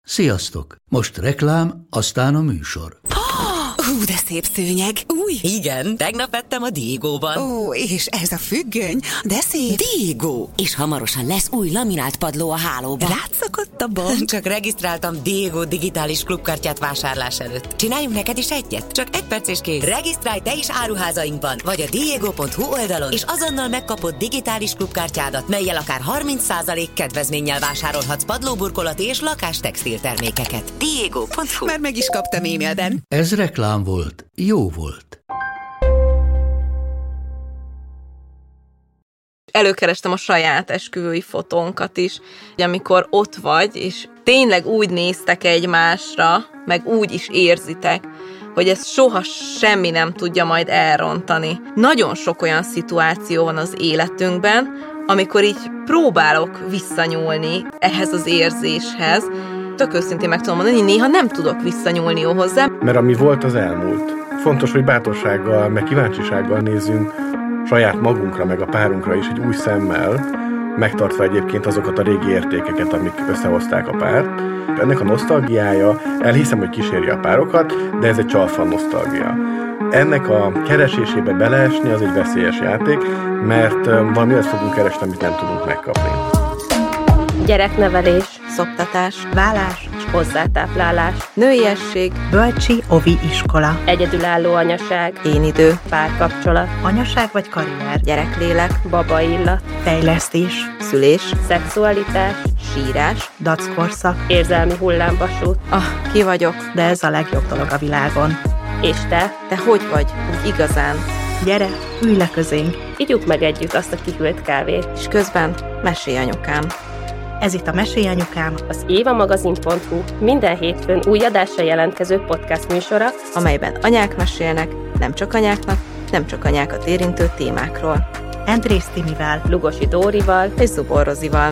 Sziasztok! Most reklám, aztán a műsor. De szép szőnyeg. Új. Igen, tegnap vettem a Diegóban. Ó, és ez a függöny, de szép. Diegó. És hamarosan lesz új laminált padló a hálóban. Rátszakadt a bank. Csak regisztráltam Diegó digitális klubkártyát vásárlás előtt. Csináljunk neked is egyet? Csak 1 perc és kész. Regisztrálj te is áruházainkban, vagy a diego.hu oldalon, és azonnal megkapod digitális klubkártyádat, mellyel akár 30% kedvezménnyel vásárolhatsz padlóburkolati és lakástextil termékeket. Diego.hu. Már meg is kaptam e-mailben. Ez reklám volt, jó volt. Előkerestem a saját esküvői fotónkat is, amikor ott vagy, és tényleg úgy néztek egymásra, meg úgy is érzitek, hogy ezt soha semmi nem tudja majd elrontani. Nagyon sok olyan szituáció van az életünkben, amikor így próbálok visszanyúlni ehhez az érzéshez. Tök őszintén meg tudom mondani, hogy néha nem tudok visszanyúlni hozzá. Mert ami volt, az elmúlt. Fontos, hogy bátorsággal, meg kíváncsisággal nézzünk saját magunkra, meg a párunkra is egy új szemmel, megtartva egyébként azokat a régi értékeket, amik összehozták a párt. Ennek a nosztalgiája, elhiszem, hogy kíséri a párokat, de ez egy csalfan nosztalgia. Ennek a keresésébe beleesni az egy veszélyes játék, mert valami olyat fogunk keresni, amit nem tudunk megkapni. Gyereknevelés, Szoptatás, vállás és hozzátáplálás, nőiesség, bölcsi ovi iskola, egyedülálló anyaság, én idő, párkapcsolat, anyaság vagy karrier, gyereklélek, baba illat, fejlesztés, szülés, szexualitás, sírás, dackorszak, érzelmi hullámvasút. ki vagyok, de ez a legjobb dolog a világon. És te? te hogy vagy, úgy igazán, Gyere, ülj le közénk! Igyuk meg együtt azt a kihűlt kávét. és közben mesélj anyukám. Ez itt a Mesélj Anyukám, Az évamagazin.hu minden hétfőn új adásra jelentkező podcast műsora, Amelyben anyák mesélnek, nem csak anyáknak, nem csak anyákat érintő témákról. Andrész Timivel. Lugosi Dórival, És Zubor Rozival.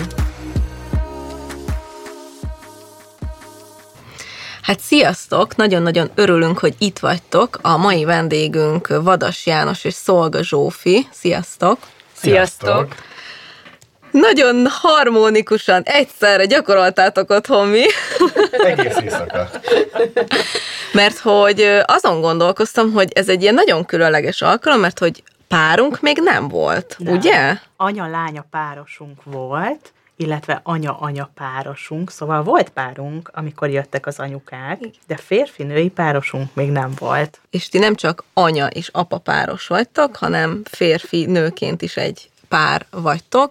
Hát sziasztok! Nagyon-nagyon örülünk, hogy itt vagytok. A mai vendégünk Vadas János és Szolga Zsófi. Sziasztok! Sziasztok! Nagyon harmonikusan egyszerre gyakoroltátok otthon mi. Egész éjszaka. Mert hogy azon gondolkoztam, hogy ez egy ilyen nagyon különleges alkalom, mert hogy párunk még nem volt, Nem. ugye? Anya-lánya párosunk volt, illetve anya-anya párosunk, szóval volt párunk, amikor jöttek az anyukák, de férfi-női párosunk még nem volt. És ti nem csak anya és apa páros vagytok, hanem férfi-nőként is egy pár vagytok,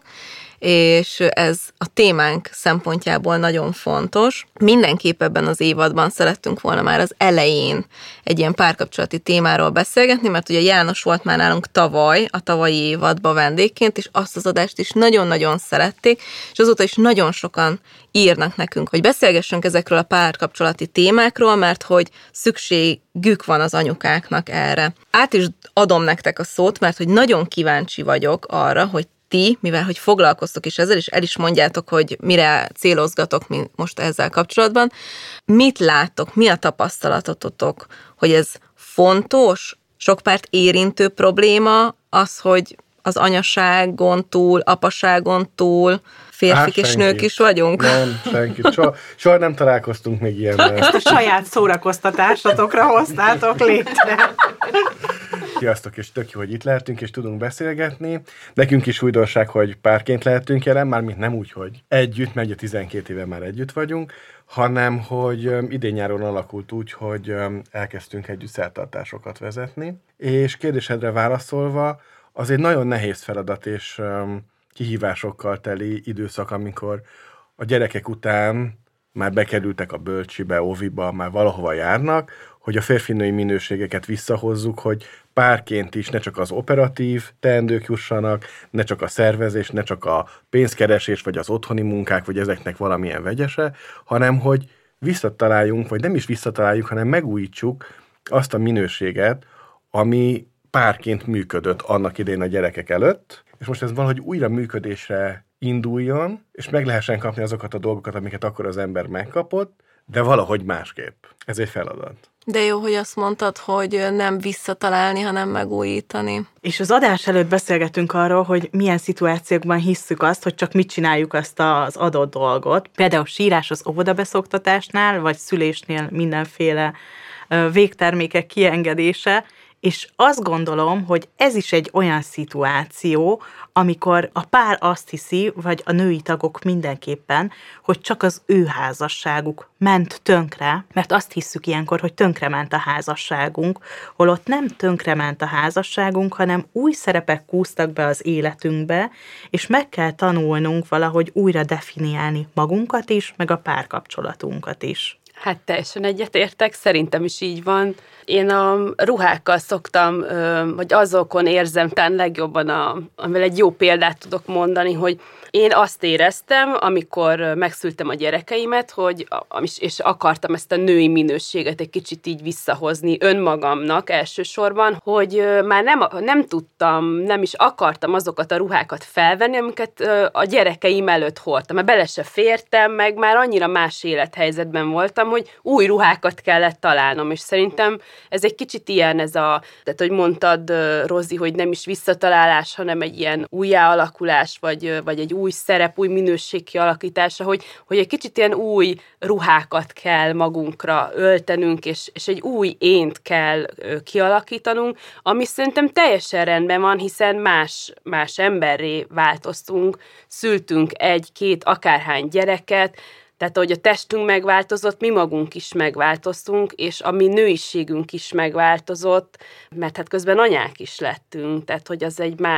és ez a témánk szempontjából nagyon fontos. Mindenképp ebben az évadban szerettünk volna már az elején egy ilyen párkapcsolati témáról beszélgetni, mert ugye János volt már nálunk tavaly, a tavalyi évadban vendégként, és azt az adást is nagyon-nagyon szerették, és azóta is nagyon sokan írnak nekünk, hogy beszélgessünk ezekről a párkapcsolati témákról, mert hogy szükségük van az anyukáknak erre. Át is adom nektek a szót, mert hogy nagyon kíváncsi vagyok arra, hogy ti, mivel hogy foglalkoztok is ezzel, és el is mondjátok, hogy mire célozgatok most ezzel kapcsolatban, mit láttok, mi a tapasztalatotok, hogy ez fontos, sok párt érintő probléma az, hogy az anyaságon túl, apaságon túl férfik és nők is vagyunk? Nem, senki. Soha nem találkoztunk még ilyennel. Ezt a saját szórakoztatásatokra hoztátok létre. Sziasztok, és tök jó, hogy itt lehetünk, és tudunk beszélgetni. Nekünk is újdonság, hogy párként lehetünk jelen, mármint nem úgy, hogy együtt, mert ugye 12 éve már együtt vagyunk, hanem hogy idén-nyáron alakult úgy, hogy elkezdtünk együtt szertartásokat vezetni, és kérdésedre válaszolva, az egy nagyon nehéz feladat, és kihívásokkal teli időszak, amikor a gyerekek után már bekerültek a bölcsibe, oviba, már valahova járnak, hogy a férfi-női minőségeket visszahozzuk, hogy párként is ne csak az operatív teendők jussanak, ne csak a szervezés, ne csak a pénzkeresés, vagy az otthoni munkák, vagy ezeknek valamilyen vegyese, hanem hogy visszataláljunk, vagy nem is visszataláljuk, hanem megújítsuk azt a minőséget, ami párként működött annak idején a gyerekek előtt, és most ez valahogy újra működésre induljon, és meg lehessen kapni azokat a dolgokat, amiket akkor az ember megkapott, de valahogy másképp. Ez egy feladat. De jó, hogy azt mondtad, hogy nem visszatalálni, hanem megújítani. És az adás előtt beszélgetünk arról, hogy milyen szituációkban hisszük azt, hogy csak mit csináljuk azt az adott dolgot. Például sírás az óvodabeszoktatásnál, vagy szülésnél mindenféle végtermékek kiengedése, és azt gondolom, hogy ez is egy olyan szituáció, amikor a pár azt hiszi, vagy a női tagok mindenképpen, hogy csak az ő házasságuk ment tönkre, mert azt hisszük ilyenkor, hogy tönkrement a házasságunk, holott nem tönkrement a házasságunk, hanem új szerepek kúztak be az életünkbe, és meg kell tanulnunk valahogy újra definiálni magunkat is, meg a párkapcsolatunkat is. Hát teljesen egyetértek, szerintem is így van. Én a ruhákkal szoktam, vagy azokon érzem talán legjobban, amivel egy jó példát tudok mondani, hogy én azt éreztem, amikor megszültem a gyerekeimet, és akartam ezt a női minőséget egy kicsit így visszahozni önmagamnak elsősorban, hogy már nem tudtam, nem is akartam azokat a ruhákat felvenni, amiket a gyerekeim előtt hordtam. Mert bele se fértem, meg már annyira más élethelyzetben voltam, hogy új ruhákat kellett találnom, és szerintem ez egy kicsit ilyen, tehát hogy mondtad, Rozi, hogy nem is visszatalálás, hanem egy ilyen újjáalakulás, vagy egy új szerep, új minőség kialakítása, hogy egy kicsit ilyen új ruhákat kell magunkra öltenünk, és egy új ént kell kialakítanunk, ami szerintem teljesen rendben van, hiszen más emberré változtunk, szültünk egy-két akárhány gyereket, tehát ahogy a testünk megváltozott, mi magunk is megváltoztunk, és a mi nőiségünk is megváltozott, mert hát közben anyák is lettünk, tehát hogy az egy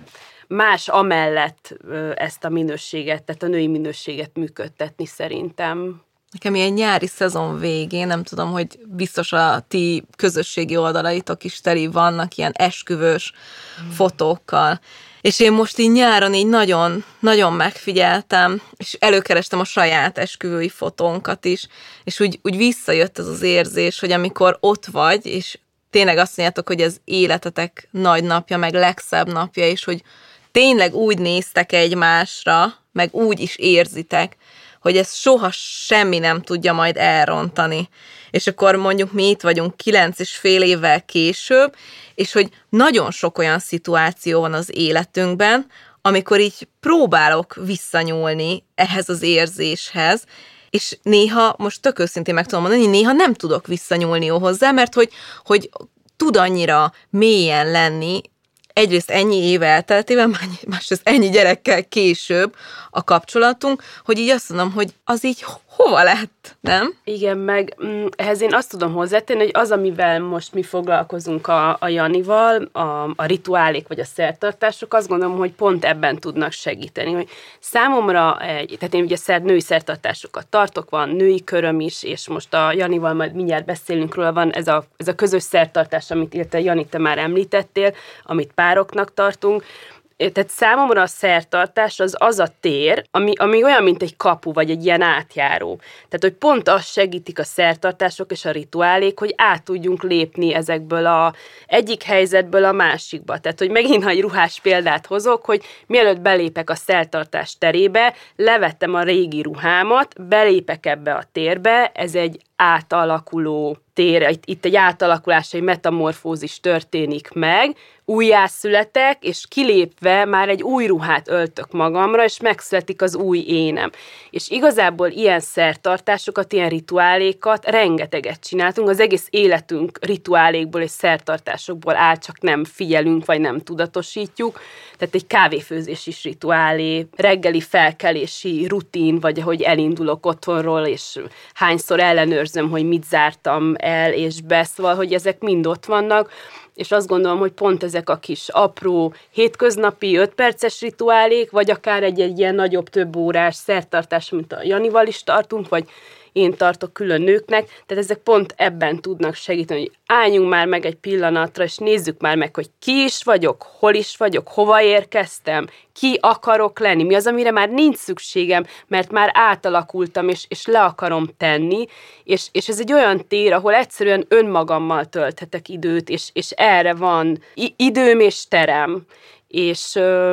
más amellett ezt a minőséget, tehát a női minőséget működtetni szerintem. Nekem ilyen nyári szezon végén, nem tudom, hogy biztos a ti közösségi oldalaitok is teli vannak ilyen esküvős fotókkal. És én most így nyáron így nagyon, nagyon megfigyeltem, és előkerestem a saját esküvői fotónkat is, és úgy visszajött ez az érzés, hogy amikor ott vagy, és tényleg azt mondjátok, hogy ez életetek nagy napja, meg legszebb napja, és hogy tényleg úgy néztek egymásra, meg úgy is érzitek, hogy ezt soha semmi nem tudja majd elrontani. És akkor mondjuk mi itt vagyunk 9,5 évvel később, és hogy nagyon sok olyan szituáció van az életünkben, amikor így próbálok visszanyúlni ehhez az érzéshez, és néha, most tök őszintén meg tudom mondani, néha nem tudok visszanyúlni hozzá, mert hogy tud annyira mélyen lenni, egyrészt ennyi év elteltével, másrészt ennyi gyerekkel később a kapcsolatunk, hogy így azt mondom, hogy az így hova lett, nem? Igen, meg ehhez én azt tudom hozzátenni, hogy az, amivel most mi foglalkozunk a Janival, a rituálék vagy a szertartások, azt gondolom, hogy pont ebben tudnak segíteni. Hogy számomra, tehát én ugye női szertartásokat tartok, van női köröm is, és most a Janival majd mindjárt beszélünk róla, van ez a közös szertartás, amit illetve Jani, te már említettél, amit pároknak tartunk. Tehát számomra a szertartás az a tér, ami olyan, mint egy kapu, vagy egy ilyen átjáró. Tehát, hogy pont azt segítik a szertartások és a rituálék, hogy át tudjunk lépni ezekből egyik helyzetből a másikba. Tehát, hogy megint, ha egy ruhás példát hozok, hogy mielőtt belépek a szertartás terébe, levettem a régi ruhámat, belépek ebbe a térbe, ez egy átalakuló tér, itt egy átalakulás, egy metamorfózis történik meg, újjászületek, és kilépve már egy új ruhát öltök magamra, és megszületik az új énem. És igazából ilyen szertartásokat, ilyen rituálékat rengeteget csináltunk, az egész életünk rituálékból és szertartásokból áll, csak nem figyelünk, vagy nem tudatosítjuk. Tehát egy kávéfőzés is rituálé, reggeli felkelési rutin, vagy ahogy elindulok otthonról, és hányszor ellenőrzöm, hogy mit zártam el és be, szóval, hogy ezek mind ott vannak, és azt gondolom, hogy pont ezek a kis apró, hétköznapi 5 perces rituálék, vagy akár egy ilyen nagyobb, több órás szertartás, mint a Janival is tartunk, vagy én tartok külön nőknek, tehát ezek pont ebben tudnak segíteni, hogy álljunk már meg egy pillanatra, és nézzük már meg, hogy ki is vagyok, hol is vagyok, hova érkeztem, ki akarok lenni, mi az, amire már nincs szükségem, mert már átalakultam, és le akarom tenni, és ez egy olyan tér, ahol egyszerűen önmagammal tölthetek időt, és erre van időm és terem, és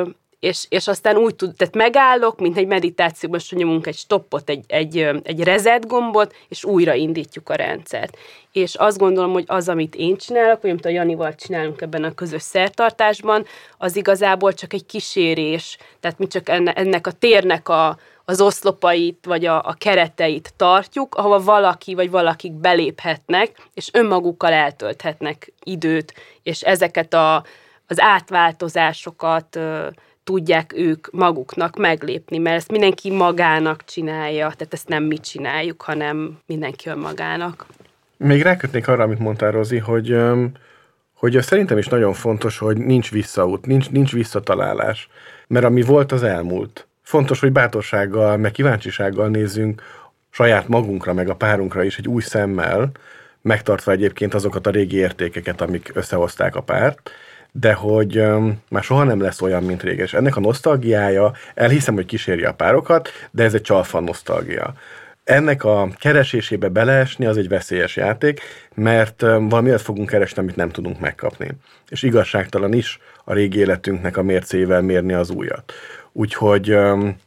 és aztán úgy tehát megállok, mint egy meditációban, és nyomunk egy stoppot, egy reset gombot, és újra indítjuk a rendszert. És azt gondolom, hogy az, amit én csinálok, vagy amit a Janival csinálunk ebben a közös szertartásban, az igazából csak egy kísérés, tehát mi csak ennek a térnek az oszlopait, vagy a kereteit tartjuk, ahova valaki vagy valakik beléphetnek, és önmagukkal eltölthetnek időt, és ezeket az átváltozásokat tudják ők maguknak meglépni, mert ezt mindenki magának csinálja, tehát ezt nem mi csináljuk, hanem mindenki önmagának. Még rákötnék arra, amit mondtál, Rozi, hogy szerintem is nagyon fontos, hogy nincs visszaút, nincs visszatalálás, mert ami volt, az elmúlt. Fontos, hogy bátorsággal, meg kíváncsisággal nézzünk saját magunkra, meg a párunkra is egy új szemmel, megtartva egyébként azokat a régi értékeket, amik összehozták a párt, de hogy már soha nem lesz olyan, mint régen. És ennek a nosztalgiája, elhiszem, hogy kíséri a párokat, de ez egy csalfan nosztalgia. Ennek a keresésébe beleesni az egy veszélyes játék, mert valami olyat fogunk keresni, amit nem tudunk megkapni. És igazságtalan is a régi életünknek a mércével mérni az újat. Úgyhogy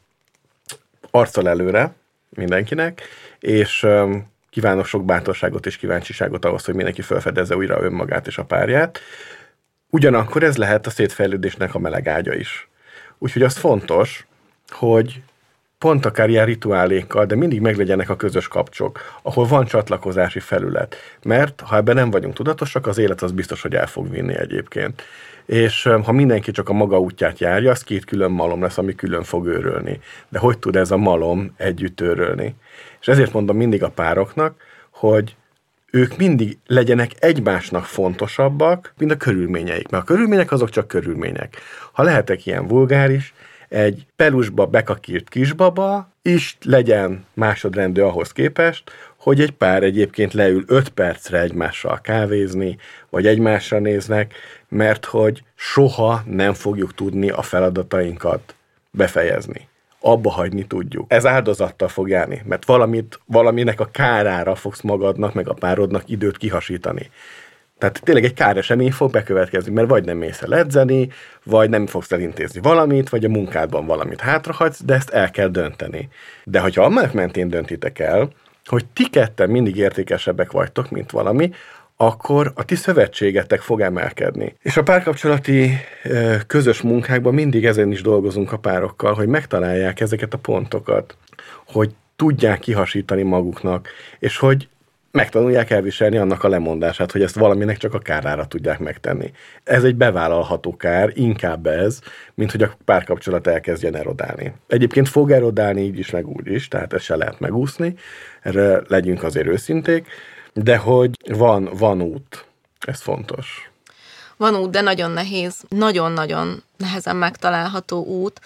arccal előre mindenkinek, és kívánok sok bátorságot és kíváncsiságot ahhoz, hogy mindenki felfedezze újra önmagát és a párját. Ugyanakkor ez lehet a szétfejlődésnek a meleg ágya is. Úgyhogy az fontos, hogy pont akár ilyen rituálékkal, de mindig meglegyenek a közös kapcsok, ahol van csatlakozási felület. Mert ha ebben nem vagyunk tudatosak, az élet az biztos, hogy el fog vinni egyébként. És ha mindenki csak a maga útját járja, az két külön malom lesz, ami külön fog őrölni. De hogy tud ez a malom együtt őrölni? És ezért mondom mindig a pároknak, hogy ők mindig legyenek egymásnak fontosabbak, mint a körülményeik. Mert a körülmények azok csak körülmények. Ha lehetek ilyen vulgáris, egy pelusba bekakírt kisbaba is legyen másodrendű ahhoz képest, hogy egy pár egyébként leül 5 percre egymással kávézni, vagy egymásra néznek, mert hogy soha nem fogjuk tudni a feladatainkat befejezni. Abba hagyni tudjuk. Ez áldozattal fog járni, mert valaminek a kárára fogsz magadnak, meg a párodnak időt kihasítani. Tehát tényleg egy káresemény fog bekövetkezni, mert vagy nem mész el edzeni, vagy nem fogsz elintézni valamit, vagy a munkádban valamit hátrahagysz, de ezt el kell dönteni. De hogyha annak mentén döntitek el, hogy ti ketten mindig értékesebbek vagytok, mint valami, akkor a ti szövetségetek fog emelkedni. És a párkapcsolati közös munkákban mindig ezen is dolgozunk a párokkal, hogy megtalálják ezeket a pontokat, hogy tudják kihasítani maguknak, és hogy megtanulják elviselni annak a lemondását, hogy ezt valaminek csak a kárára tudják megtenni. Ez egy bevállalható kár, inkább ez, mint hogy a párkapcsolat elkezdjen erodálni. Egyébként fog erodálni így is, meg úgy is, tehát ezt se lehet megúszni, erre legyünk azért őszinték, de hogy van út, ez fontos. Van út, de nagyon nehéz, nagyon-nagyon nehezen megtalálható út.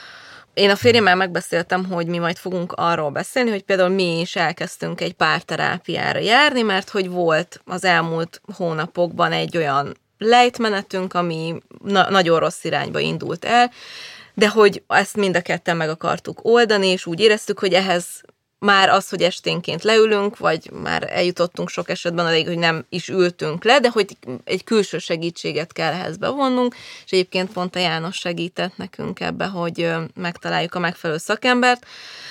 Én a férjemmel megbeszéltem, hogy mi majd fogunk arról beszélni, hogy például mi is elkezdtünk egy párterápiára járni, mert hogy volt az elmúlt hónapokban egy olyan lejtmenetünk, ami nagyon rossz irányba indult el, de hogy ezt mind a ketten meg akartuk oldani, és úgy éreztük, hogy ehhez már az, hogy esténként leülünk, vagy már eljutottunk sok esetben addig, hogy nem is ültünk le, de hogy egy külső segítséget kell ehhez bevonnunk, és egyébként pont a János segített nekünk ebbe, hogy megtaláljuk a megfelelő szakembert,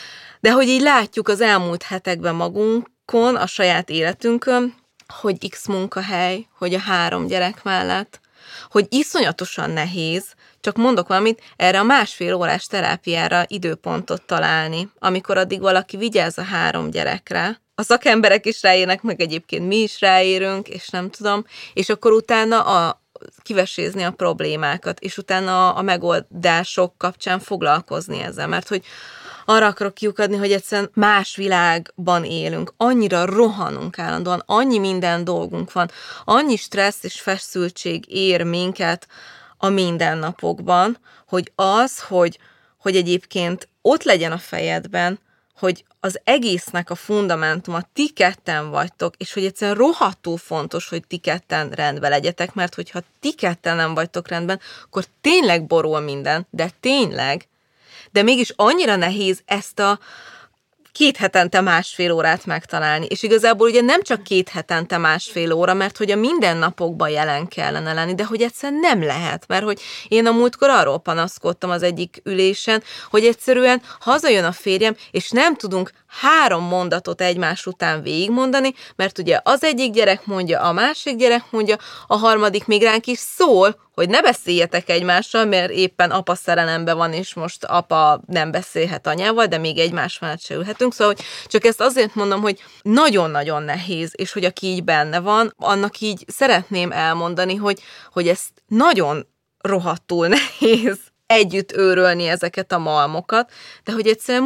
de hogy így látjuk az elmúlt hetekben magunkon, a saját életünkön, hogy X munkahely, hogy a 3 gyerek mellett, hogy iszonyatosan nehéz, csak mondok valamit, erre a 1,5 órás terápiára időpontot találni, amikor addig valaki vigyáz a 3 gyerekre. A szakemberek is ráérnek, meg egyébként mi is ráérünk, és nem tudom, és akkor utána kivesézni a problémákat, és utána a megoldások kapcsán foglalkozni ezzel, mert hogy arra akarok kiukadni, hogy egyszerűen más világban élünk, annyira rohanunk állandóan, annyi minden dolgunk van, annyi stressz és feszültség ér minket a mindennapokban, hogy hogy egyébként ott legyen a fejedben, hogy az egésznek a fundamentuma ti ketten vagytok, és hogy egyszerűen rohadtul fontos, hogy ti ketten rendben legyetek, mert hogyha ti ketten nem vagytok rendben, akkor tényleg borul minden, de tényleg, de mégis annyira nehéz ezt a 2 hetente 1,5 órát megtalálni. És igazából ugye nem csak 2 hetente 1,5 óra, mert hogy a mindennapokban jelen kellene lenni, de hogy egyszerűen nem lehet, mert hogy én a múltkor arról panaszkodtam az egyik ülésen, hogy egyszerűen hazajön a férjem, és nem tudunk 3 mondatot egymás után végigmondani, mert ugye az egyik gyerek mondja, a másik gyerek mondja, a harmadik még ránk is szól, hogy ne beszéljetek egymással, mert éppen apa szerelemben van, és most apa nem beszélhet anyával, de még egymás mellett se ülhetünk. Szóval hogy csak ezt azért mondom, hogy nagyon-nagyon nehéz, és hogy aki így benne van, annak így szeretném elmondani, hogy ezt nagyon rohadtul nehéz együtt őrölni ezeket a malmokat, de hogy egyszerűen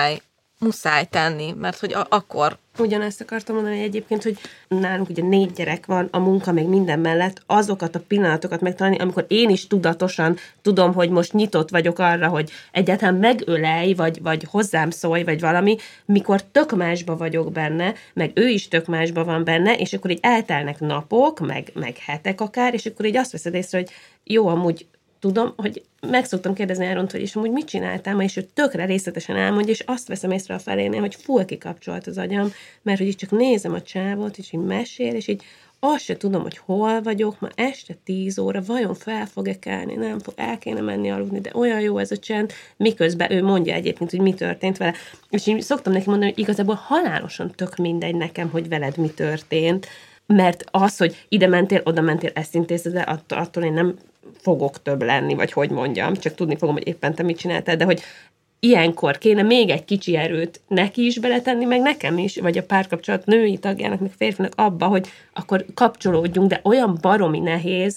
muszáj tenni, mert hogy akkor... Ugyanezt akartam mondani egyébként, hogy nálunk ugye 4 gyerek van, a munka meg minden mellett, azokat a pillanatokat megtalálni, amikor én is tudatosan tudom, hogy most nyitott vagyok arra, hogy egyáltalán megölelj, vagy hozzám szólj, vagy valami, mikor tök másba vagyok benne, meg ő is tök másba van benne, és akkor így eltelnek napok, meg hetek akár, és akkor így azt veszed észre, hogy jó, amúgy tudom, hogy meg szoktam kérdezni Áront, hogy és amúgy mit csináltál ma, és ő tökre részletesen elmondja, és azt veszem észre a felénél, hogy full kikapcsolt az agyam, mert hogy így csak nézem a csávot, és így mesél, és így azt se tudom, hogy hol vagyok, ma este 10 óra, vajon fel fog-e kelni, nem fog, el kéne menni aludni, de olyan jó ez a csend, miközben ő mondja egyébként, hogy mi történt vele. És így szoktam neki mondani, hogy igazából halálosan tök mindegy nekem, hogy veled mi történt, mert az, hogy ide mentél, oda mentél, ezt intézted, de attól én nem fogok több lenni, vagy hogy mondjam, csak tudni fogom, hogy éppen te mit csináltál, de hogy ilyenkor kéne még egy kicsi erőt neki is beletenni, meg nekem is, vagy a párkapcsolat női tagjának, meg férfinak abba, hogy akkor kapcsolódjunk, de olyan baromi nehéz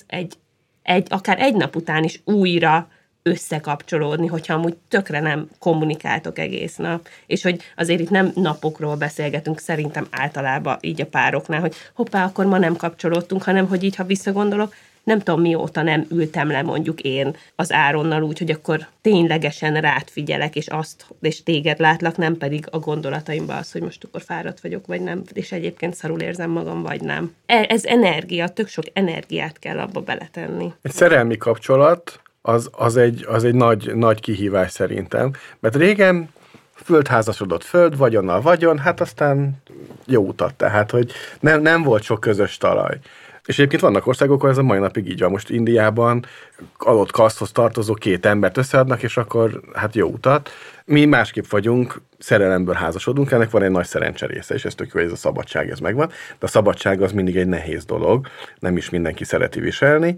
akár egy nap után is újra összekapcsolódni, hogyha amúgy tökre nem kommunikáltok egész nap. És hogy azért itt nem napokról beszélgetünk, szerintem általában így a pároknál, hogy hoppá, akkor ma nem kapcsolódtunk, hanem hogy így, ha visszagondolok, nem tudom, mióta nem ültem le mondjuk én az Áronnal úgy, hogy akkor ténylegesen rád figyelek, és téged látlak, nem pedig a gondolataimban az, hogy most akkor fáradt vagyok, vagy nem, és egyébként szarul érzem magam, vagy nem. Ez energia, tök sok energiát kell abba beletenni. Egy szerelmi kapcsolat az egy nagy kihívás szerintem, mert régen földházasodott vagyonnal vagyon, hát aztán jó utat, tehát, hogy nem volt sok közös talaj. És egyébként vannak országok, ahol ez a mai napig így van. Most Indiában adott kaszthoz tartozó 2 embert összeadnak, és akkor hát jó utat. Mi másképp vagyunk, szerelemből házasodunk, ennek van egy nagy szerencse része, és ez tök jó, hogy ez a szabadság, ez megvan. De a szabadság az mindig egy nehéz dolog, nem is mindenki szereti viselni.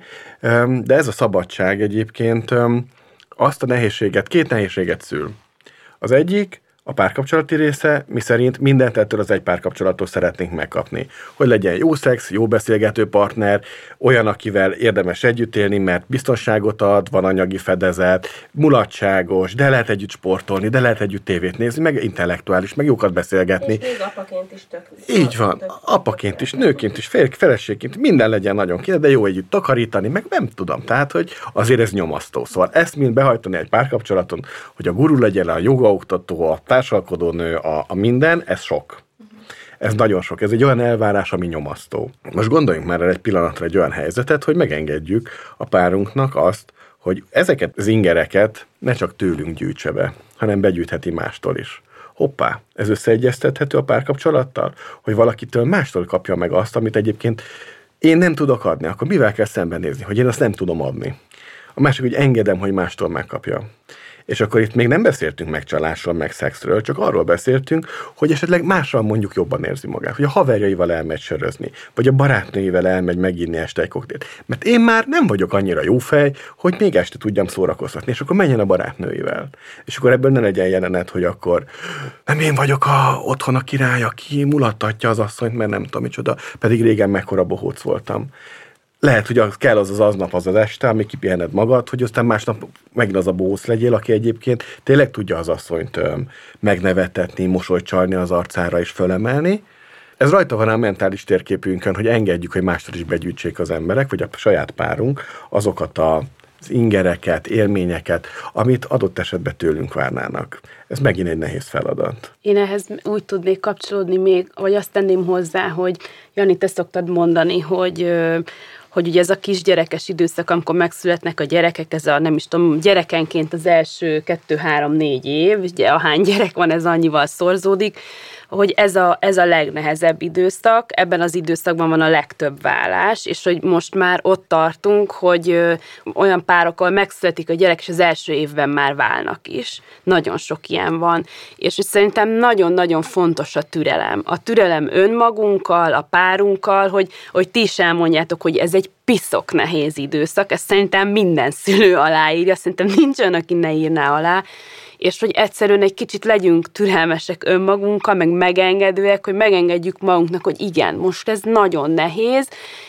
De ez a szabadság egyébként azt a nehézséget, 2 nehézséget szül. Az egyik, a párkapcsolati része, miszerint mindent ettől az egy párkapcsolattól szeretnénk megkapni. Hogy legyen jó szex, jó beszélgető partner, olyan, akivel érdemes együtt élni, mert biztonságot ad, van anyagi fedezet, mulatságos, de lehet együtt sportolni, de lehet együtt tévét nézni, meg intellektuális, meg jókat beszélgetni. És még apaként is tök. Így van, apaként is, nőként is, feleségként, minden legyen nagyon kéne, de jó együtt takarítani, meg nem tudom, tehát, hogy azért ez nyomasztó. Szóval ezt mind behajtani egy párkapcsolaton, hogy a guru legyen, a jogaoktató, a társalkodónő, a minden, ez sok. Ez nagyon sok. Ez egy olyan elvárás, ami nyomasztó. Most gondoljunk már el egy pillanatra egy olyan helyzetet, hogy megengedjük a párunknak azt, hogy ezeket az ingereket ne csak tőlünk gyűjtse be, hanem begyűjtheti mástól is. Hoppá, ez összeegyeztethető a párkapcsolattal? Hogy valakitől mástól kapja meg azt, amit egyébként én nem tudok adni, akkor mivel kell szembenézni, hogy én azt nem tudom adni? A másik, hogy engedem, hogy mástól megkapja. És akkor itt még nem beszéltünk meg csalásról, meg szexről, csak arról beszéltünk, hogy esetleg mással mondjuk jobban érzi magát, hogy a haverjaival elmegy sörözni, vagy a barátnőivel elmegy meginni este egy koktélt. Mert én már nem vagyok annyira jó fej, hogy még este tudjam szórakoztatni, és akkor menjen a barátnőivel. És akkor ebből ne legyen jelenet, hogy akkor nem én vagyok otthon a király, aki mulattatja az asszonyt, mert nem tudom micsoda, pedig régen mekkora bohóc voltam. Lehet, hogy kell az aznap, az este, amíg kipihened magad, hogy aztán másnap megint az a bósz legyél, aki egyébként tényleg tudja az asszonyt megnevetetni, mosolyt csalni az arcára és fölemelni. Ez rajta van a mentális térképünkön, hogy engedjük, hogy mástól is begyűjtsék az emberek, vagy a saját párunk azokat az ingereket, élményeket, amit adott esetben tőlünk várnának. Ez megint egy nehéz feladat. Én ehhez úgy tudnék kapcsolódni még, vagy azt tenném hozzá, hogy Jani, te szoktad mondani, hogy hogy ugye ez a kisgyerekes időszak, amikor megszületnek a gyerekek, ez a nem is tudom, gyerekenként az első 2-3-4 év, ugye ahány gyerek van, ez annyival szorzódik, hogy ez a legnehezebb időszak, ebben az időszakban van a legtöbb vállás, és hogy most már ott tartunk, hogy olyan párokkal megszületik a gyerek, és az első évben már válnak is. Nagyon sok ilyen van. És hogy szerintem nagyon-nagyon fontos a türelem. A türelem önmagunkkal, a párunkkal, hogy ti is elmondjátok, hogy ez egy piszok nehéz időszak, ezt szerintem minden szülő aláírja, szerintem nincs olyan, aki ne írná alá, és hogy egyszerűen egy kicsit legyünk türelmesek önmagunkkal, meg megengedőek, hogy megengedjük magunknak, hogy igen, most ez nagyon nehéz,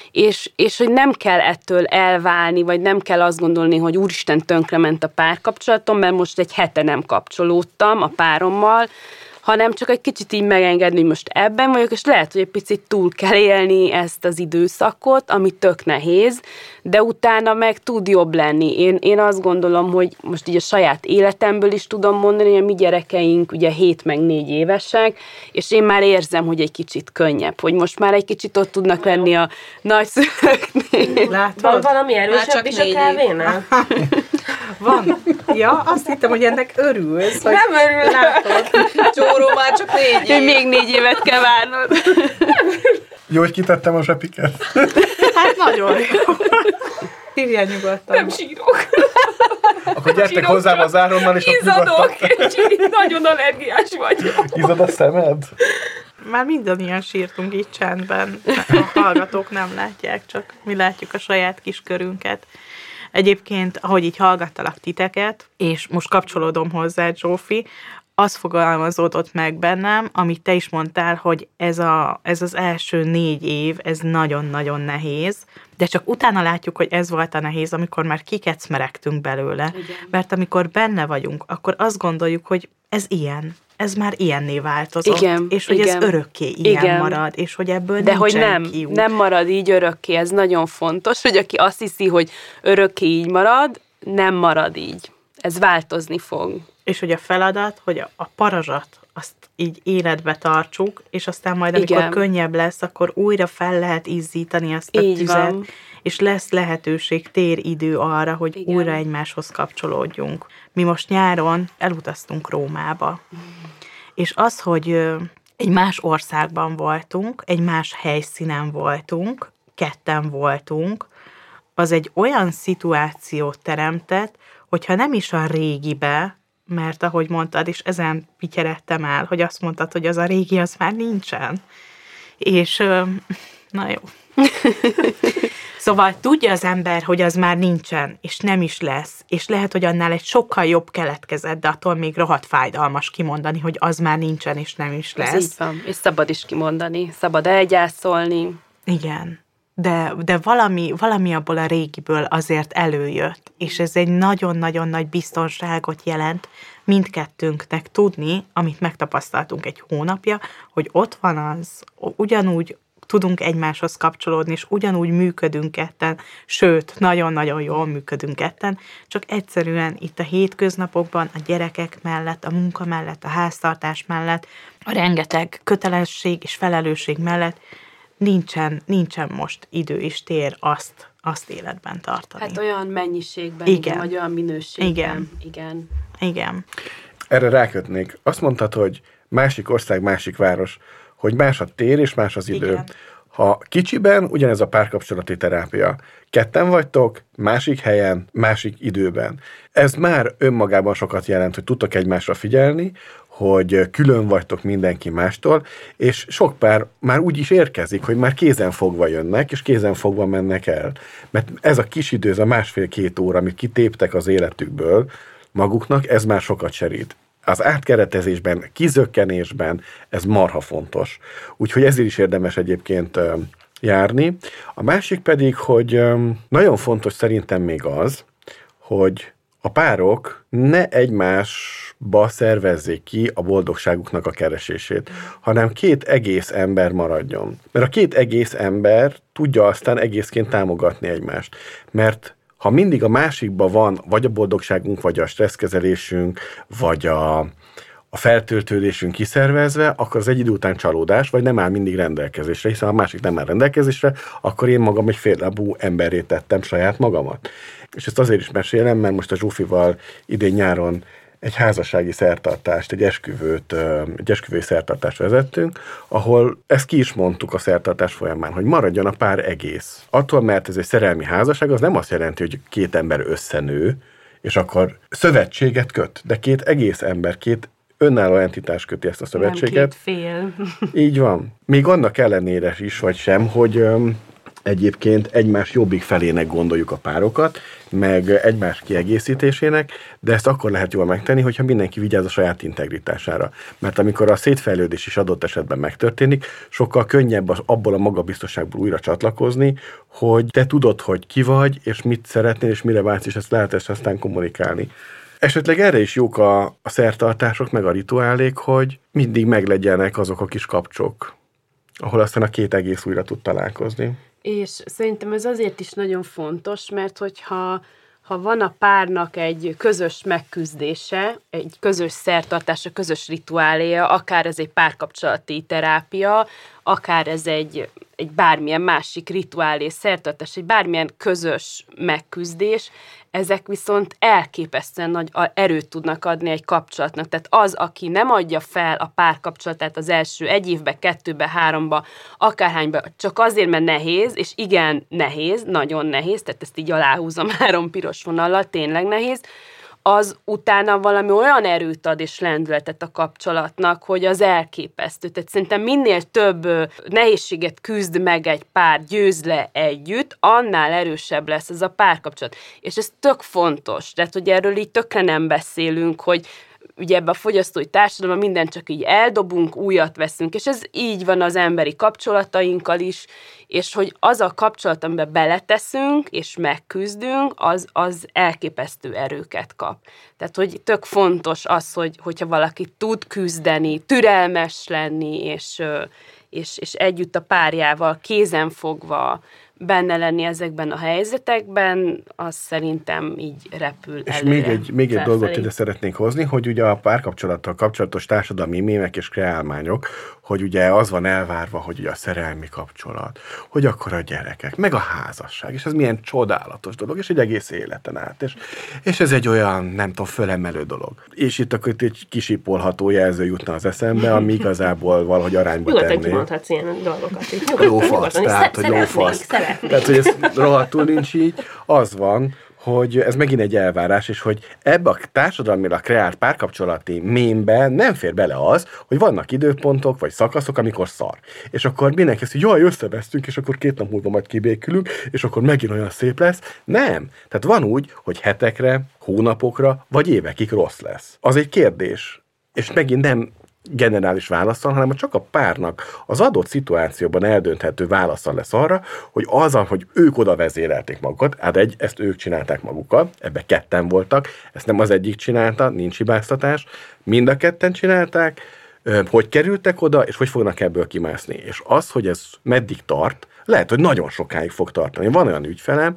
és hogy nem kell ettől elválni, vagy nem kell azt gondolni, hogy úristen, tönkrement a párkapcsolatom, mert most egy hete nem kapcsolódtam a párommal, hanem csak egy kicsit így megengedni, hogy most ebben vagyok, és lehet, hogy egy picit túl kell élni ezt az időszakot, ami tök nehéz, de utána meg tud jobb lenni. Én azt gondolom, hogy most így a saját életemből is tudom mondani, hogy a mi gyerekeink ugye 7 meg 4 évesek, és én már érzem, hogy egy kicsit könnyebb, hogy most már egy kicsit ott tudnak lenni a nagyszülőknél. Van valami erősebb is a kávénál? Van. Ja, azt hittem, hogy ennek örülsz. Hogy Nem örül. látod. Csóró már csak 4 év. Még 4 évet kell várnod. Jó, hogy kitettem a zsepiket. Hát nagyon jó. Írjál nyugodtan. Nem sírok. Akkor gyertek hozzám az áronnal, és ott Izzadok, nyugodtan. nagyon allergiás vagyok. Izzad a szemed? Már mindannyian sírtunk itt csendben. A hallgatók nem látják, csak mi látjuk a saját kis körünket. Egyébként, ahogy így hallgattalak titeket, és most kapcsolódom hozzá, Zsófi, az fogalmazódott meg bennem, amit te is mondtál, hogy ez az első 4 év, ez nagyon-nagyon nehéz, de csak utána látjuk, hogy ez volt a nehéz, amikor már kikecmeregtünk belőle. Igen. Mert amikor benne vagyunk, akkor azt gondoljuk, hogy ez ilyen. Ez már ilyenné változott, igen, és hogy igen, ez örökké ilyen igen. marad, és hogy ebből de nincsen hogy kiút. nem marad így örökké, ez nagyon fontos, hogy aki azt hiszi, hogy örökké így marad, nem marad így. Ez változni fog. És hogy a feladat, hogy a parazsat azt így életbe tartsuk, és aztán majd, amikor igen. könnyebb lesz, akkor újra fel lehet izzítani azt a így tüzet, van. és lesz lehetőség, téridő arra, hogy igen. újra egymáshoz kapcsolódjunk. Mi most nyáron elutaztunk Rómába. És az, hogy egy más országban voltunk, egy más helyszínen voltunk, ketten voltunk, az egy olyan szituációt teremtett, hogyha nem is a régibe, mert ahogy mondtad, és ezen pityeredtem el, hogy azt mondtad, hogy az a régi, az már nincsen. És, na jó. Szóval tudja az ember, hogy az már nincsen, és nem is lesz, és lehet, hogy annál egy sokkal jobb keletkezett, de attól még rohadt fájdalmas kimondani, hogy az már nincsen, és nem is lesz. Ez így van, és szabad is kimondani, szabad elgyászolni. Igen. De valami abból a régiből azért előjött, és ez egy nagyon-nagyon nagy biztonságot jelent mindkettőnknek tudni, amit megtapasztaltunk egy hónapja, hogy ott van az, ugyanúgy tudunk egymáshoz kapcsolódni, és ugyanúgy működünk ketten, sőt, nagyon-nagyon jól működünk ketten, csak egyszerűen itt a hétköznapokban, a gyerekek mellett, a munka mellett, a háztartás mellett, a rengeteg kötelesség és felelősség mellett nincsen most idő és tér azt életben tartani. Hát olyan mennyiségben, igen, vagy olyan minőségben. Igen. Erre rákötnék. Azt mondtad, hogy másik ország, másik város, hogy más a tér és más az idő. Igen. Ha kicsiben ugyanez a párkapcsolati terápia. Ketten vagytok, másik helyen, másik időben. Ez már önmagában sokat jelent, hogy tudtok egymásra figyelni, hogy külön vagytok mindenki mástól, és sok pár már úgy is érkezik, hogy már kézenfogva jönnek, és kézenfogva mennek el. Mert ez a kis idő, ez a 1,5-2 óra, amit kitéptek az életükből maguknak, ez már sokat segít. Az átkeretezésben, kizökkenésben ez marha fontos. Úgyhogy ezért is érdemes egyébként járni. A másik pedig, hogy nagyon fontos szerintem még az, hogy a párok ne egymásba szervezzék ki a boldogságuknak a keresését, hanem 2 egész ember maradjon. Mert a 2 egész ember tudja aztán egészként támogatni egymást. Mert ha mindig a másikban van, vagy a boldogságunk, vagy a stresszkezelésünk, vagy a feltöltődésünk kiszervezve, akkor az egy idő után csalódás, vagy nem áll mindig rendelkezésre, hiszen ha a másik nem áll rendelkezésre, akkor én magam egy féllábú emberré tettem saját magamat. És ezt azért is mesélem, mert most a Zsófival idén nyáron egy házassági szertartást, egy esküvői szertartást vezettünk, ahol ezt ki is mondtuk a szertartás folyamán, hogy maradjon a pár egész. Attól, mert ez egy szerelmi házasság, az nem azt jelenti, hogy két ember összenő, és akkor szövetséget köt, de két egész ember, két önálló entitás köti ezt a szövetséget. Nem két fél. Így van. Még annak ellenére is, vagy sem, hogy egyébként egymás jobbik felének gondoljuk a párokat, meg egymás kiegészítésének, de ezt akkor lehet jól megtenni, hogyha mindenki vigyáz a saját integritására. Mert amikor a szétfejlődés is adott esetben megtörténik, sokkal könnyebb abból a magabiztosságból újra csatlakozni, hogy te tudod, hogy ki vagy, és mit szeretnél, és mire vágysz, és ezt lehet ezt aztán kommunikálni. Esetleg erre is jók a szertartások, meg a rituálék, hogy mindig meglegyenek azok a kis kapcsok, ahol aztán a két egész újra tud találkozni. És szerintem ez azért is nagyon fontos, mert hogyha van a párnak egy közös megküzdése, egy közös szertartása, közös rituáléja, akár ez egy párkapcsolati terápia, akár ez egy bármilyen másik rituálé, szertartás, egy bármilyen közös megküzdés, ezek viszont elképesztően nagy erőt tudnak adni egy kapcsolatnak. Tehát az, aki nem adja fel a párkapcsolatát az első 1 évbe, 2-be, 3-ba, akárhányba, csak azért, mert nehéz, és igen, nehéz, nagyon nehéz, tehát ezt így aláhúzom 3 piros vonallal, tényleg nehéz, az utána valami olyan erőt ad és lendületet a kapcsolatnak, hogy az elképesztő. Tehát szerintem minél több nehézséget küzd meg egy pár, győz le együtt, annál erősebb lesz ez a párkapcsolat. És ez tök fontos. Tehát, hogy erről így tökre nem beszélünk, hogy ugye ebben a fogyasztói társadalomban mindent csak így eldobunk, újat veszünk, és ez így van az emberi kapcsolatainkkal is, és hogy az a kapcsolat, amiben beleteszünk, és megküzdünk, az elképesztő erőket kap. Tehát, hogy tök fontos az, hogyha valaki tud küzdeni, türelmes lenni, és együtt a párjával kézenfogva benne lenni ezekben a helyzetekben, az szerintem így repül és előre. És még egy dolgot ide szeretnék hozni, hogy ugye a párkapcsolattal kapcsolatos társadalmi mémek és kreálmányok, hogy ugye az van elvárva, hogy ugye a szerelmi kapcsolat, hogy akkor a gyerekek, meg a házasság, és ez milyen csodálatos dolog, és egy egész életen át, és ez egy olyan, nem tudom, fölemelő dolog. És itt akkor egy kisipolható jelző jutna az eszembe, ami igazából valahogy arányba tenné. Nyugodtan kimondhatsz ilyen dolgokat. Lófasz, tehát, hogy lófasz. Tehát, hogy ez rohadtul nincs így. Az van, hogy ez megint egy elvárás, és hogy ebbe a társadalmilag kreált párkapcsolati mémbe nem fér bele az, hogy vannak időpontok, vagy szakaszok, amikor szar. És akkor mindenki azt, hogy jaj, összevesztünk, és akkor 2 nap múlva majd kibékülünk, és akkor megint olyan szép lesz. Nem. Tehát van úgy, hogy hetekre, hónapokra, vagy évekig rossz lesz. Az egy kérdés. És megint nem generális válaszsal, hanem csak a párnak az adott szituációban eldönthető válaszsal lesz arra, hogy hogy ők oda vezérelték magukat, ezt ők csinálták magukkal, ebbe 2 voltak, ezt nem az egyik csinálta, nincs hibáztatás, mind a 2 csinálták, hogy kerültek oda, és hogy fognak ebből kimászni. És az, hogy ez meddig tart, lehet, hogy nagyon sokáig fog tartani. Van olyan ügyfelem,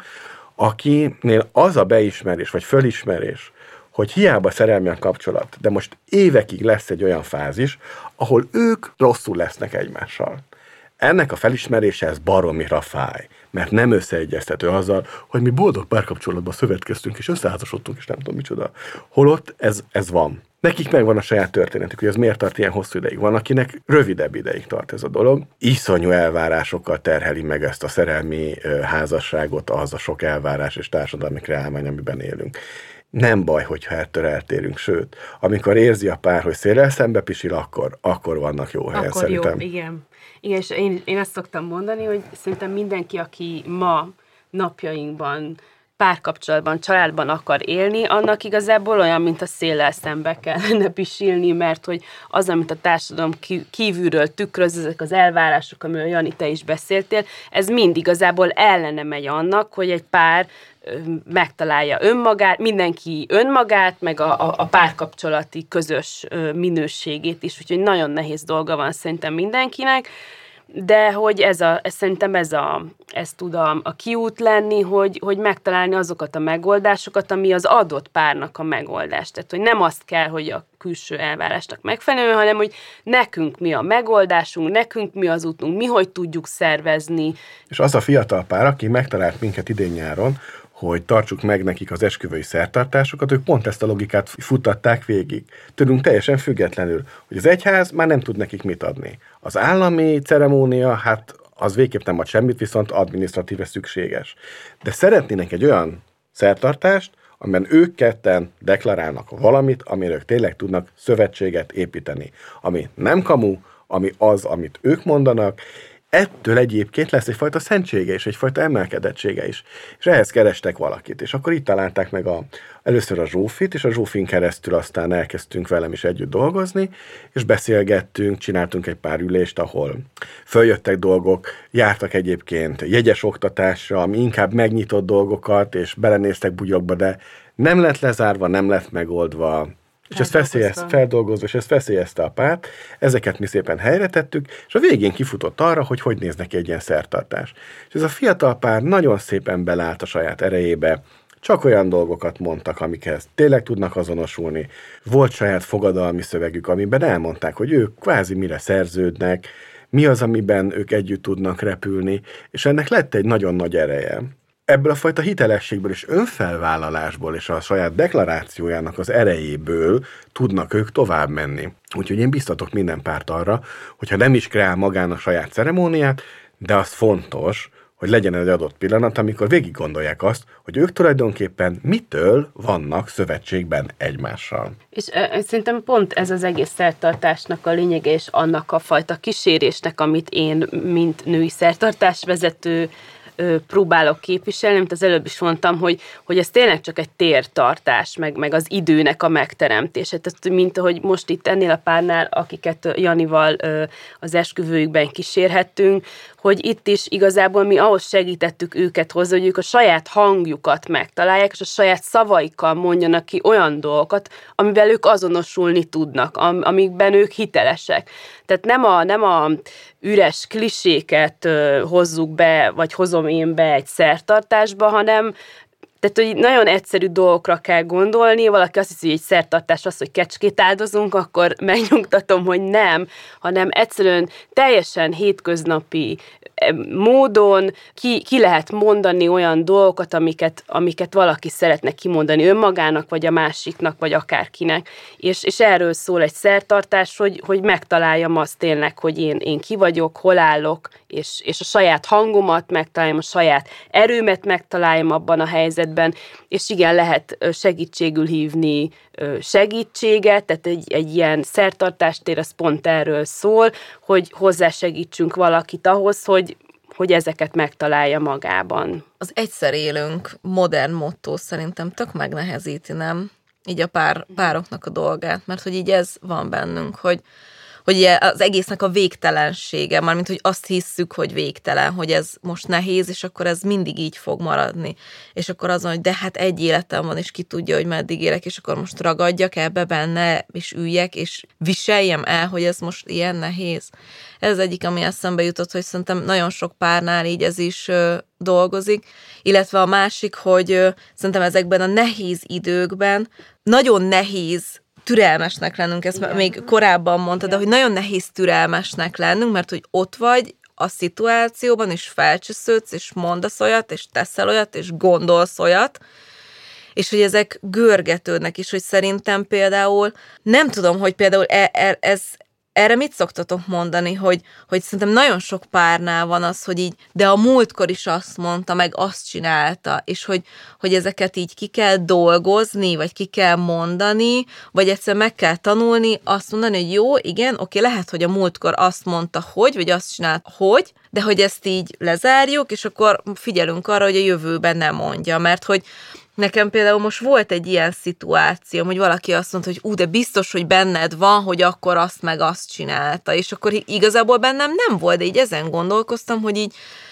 akinél az a beismerés, vagy fölismerés, hogy hiába szerelmi a kapcsolat, de most évekig lesz egy olyan fázis, ahol ők rosszul lesznek egymással. Ennek a felismerése ez baromira fáj, mert nem összeegyeztető azzal, hogy mi boldog párkapcsolatban szövetkeztünk, és összeházasodtunk, és nem tudom micsoda. Holott ez van. Nekik megvan a saját történetük, hogy ez miért tart ilyen hosszú ideig. Van, akinek rövidebb ideig tart ez a dolog. Iszonyú elvárásokkal terheli meg ezt a szerelmi házasságot az a sok elvárás és társadalmi kreálmány, amiben élünk. Nem baj, hogyha ettől eltérünk, sőt, amikor érzi a pár, hogy széllel szembe pisil, akkor vannak jó helyen akkor szerintem. Jó, igen. Igen, és én ezt szoktam mondani, hogy szerintem mindenki, aki ma napjainkban párkapcsolatban, családban akar élni, annak igazából olyan, mint a széllel szembe kellene pisilni, mert hogy az, amit a társadalom kívülről tükröz, ezek az elvárások, amiről Jani, te is beszéltél, ez mind igazából ellene megy annak, hogy egy pár megtalálja önmagát, mindenki önmagát, meg a párkapcsolati közös minőségét is, úgyhogy nagyon nehéz dolga van szerintem mindenkinek, de hogy szerintem ez tud a kiút lenni, hogy megtalálni azokat a megoldásokat, ami az adott párnak a megoldás. Tehát, hogy nem azt kell, hogy a külső elvárásnak megfelelően, hanem, hogy nekünk mi a megoldásunk, nekünk mi az útunk, mi hogy tudjuk szervezni. És az a fiatal pár, aki megtalált minket idén-nyáron, hogy tartsuk meg nekik az esküvői szertartásokat, ők pont ezt a logikát futtatták végig. Tőlünk teljesen függetlenül, hogy az egyház már nem tud nekik mit adni. Az állami ceremónia, hát az végképp nem ad semmit, viszont adminisztratíve szükséges. De szeretnének egy olyan szertartást, amiben ők ketten deklarálnak valamit, amire ők tényleg tudnak szövetséget építeni. Ami nem kamu, ami az, amit ők mondanak. Ettől egyébként lesz egyfajta szentsége és egyfajta emelkedettsége is. És ehhez kerestek valakit. És akkor itt találták meg először a Zsófit, és a Zsófin keresztül aztán elkezdtünk velem is együtt dolgozni, és beszélgettünk, csináltunk egy pár ülést, ahol följöttek dolgok, jártak egyébként jegyes oktatásra, ami inkább megnyitott dolgokat, és belenéztek bugyokba, de nem lett lezárva, nem lett megoldva, és ezt feldolgozva, és ezt veszélyezte a párt, ezeket mi szépen helyre tettük, és a végén kifutott arra, hogy néz neki egy ilyen szertartás. És ez a fiatal pár nagyon szépen beleállt a saját erejébe, csak olyan dolgokat mondtak, amikhez tényleg tudnak azonosulni. Volt saját fogadalmi szövegük, amiben elmondták, hogy ők kvázi mire szerződnek, mi az, amiben ők együtt tudnak repülni, és ennek lett egy nagyon nagy ereje. Ebből a fajta hitelességből és önfelvállalásból és a saját deklarációjának az erejéből tudnak ők tovább menni. Úgyhogy én biztatok minden párt arra, hogyha nem is kreál magának saját ceremóniát, de az fontos, hogy legyen egy adott pillanat, amikor végig gondolják azt, hogy ők tulajdonképpen mitől vannak szövetségben egymással. És szerintem pont ez az egész szertartásnak a lényege, és annak a fajta kísérésnek, amit én, mint női szertartásvezető, próbálok képviselni, mint az előbb is mondtam, hogy ez tényleg csak egy tértartás, meg az időnek a megteremtése. Tehát, mint ahogy most itt ennél a párnál, akiket Janival az esküvőjükben kísérhettünk, hogy itt is igazából mi ahhoz segítettük őket hozzá, hogy ők a saját hangjukat megtalálják, és a saját szavaikkal mondjanak ki olyan dolgokat, amivel ők azonosulni tudnak, amikben ők hitelesek. Tehát nem a üres kliséket hozzuk be, vagy hozom én be egy szertartásba, hanem tehát, hogy nagyon egyszerű dolgokra kell gondolni, valaki azt hiszi, hogy egy szertartás az, hogy kecskét áldozunk, akkor megnyugtatom, hogy nem, hanem egyszerűen teljesen hétköznapi módon ki lehet mondani olyan dolgokat, amiket valaki szeretne kimondani önmagának, vagy a másiknak, vagy akárkinek. És erről szól egy szertartás, hogy megtaláljam azt tényleg, hogy én ki vagyok, hol állok, és a saját hangomat megtaláljam, a saját erőmet megtaláljam abban a helyzetben, és igen, lehet segítségül hívni segítséget, tehát egy ilyen szertartástér az pont erről szól, hogy hozzásegítsünk valakit ahhoz, hogy ezeket megtalálja magában. Az egyszer élünk modern motto szerintem tök megnehezíti, nem? Így a pároknak a dolgát, mert hogy így ez van bennünk, hogy az egésznek a végtelensége, mármint, hogy azt hisszük, hogy végtelen, hogy ez most nehéz, és akkor ez mindig így fog maradni. És akkor azon, hogy de hát egy életem van, és ki tudja, hogy meddig élek, és akkor most ragadjak ebbe benne, és üljek, és viseljem el, hogy ez most ilyen nehéz. Ez az egyik, ami eszembe jutott, hogy szerintem nagyon sok párnál így ez is dolgozik, illetve a másik, hogy szerintem ezekben a nehéz időkben nagyon nehéz türelmesnek lennünk, ezt igen. Még korábban mondtad, de hogy nagyon nehéz türelmesnek lennünk, mert hogy ott vagy a szituációban, és felcsúsződsz, és mondasz olyat, és teszel olyat, és gondolsz olyat, és hogy ezek görgetődnek is, hogy szerintem például, nem tudom, hogy például erre mit szoktatok mondani, hogy szerintem nagyon sok párnál van az, hogy így, de a múltkor is azt mondta, meg azt csinálta, és hogy ezeket így ki kell dolgozni, vagy ki kell mondani, vagy egyszer meg kell tanulni, azt mondani, hogy jó, igen, oké, lehet, hogy a múltkor azt mondta, vagy azt csinálta, de hogy ezt így lezárjuk, és akkor figyelünk arra, hogy a jövőben nem mondja, mert hogy nekem például most volt egy ilyen szituáció, hogy valaki azt mondta, hogy de biztos, hogy benned van, hogy akkor azt meg azt csinálta, és akkor igazából bennem nem volt, de így ezen gondolkoztam, hogy így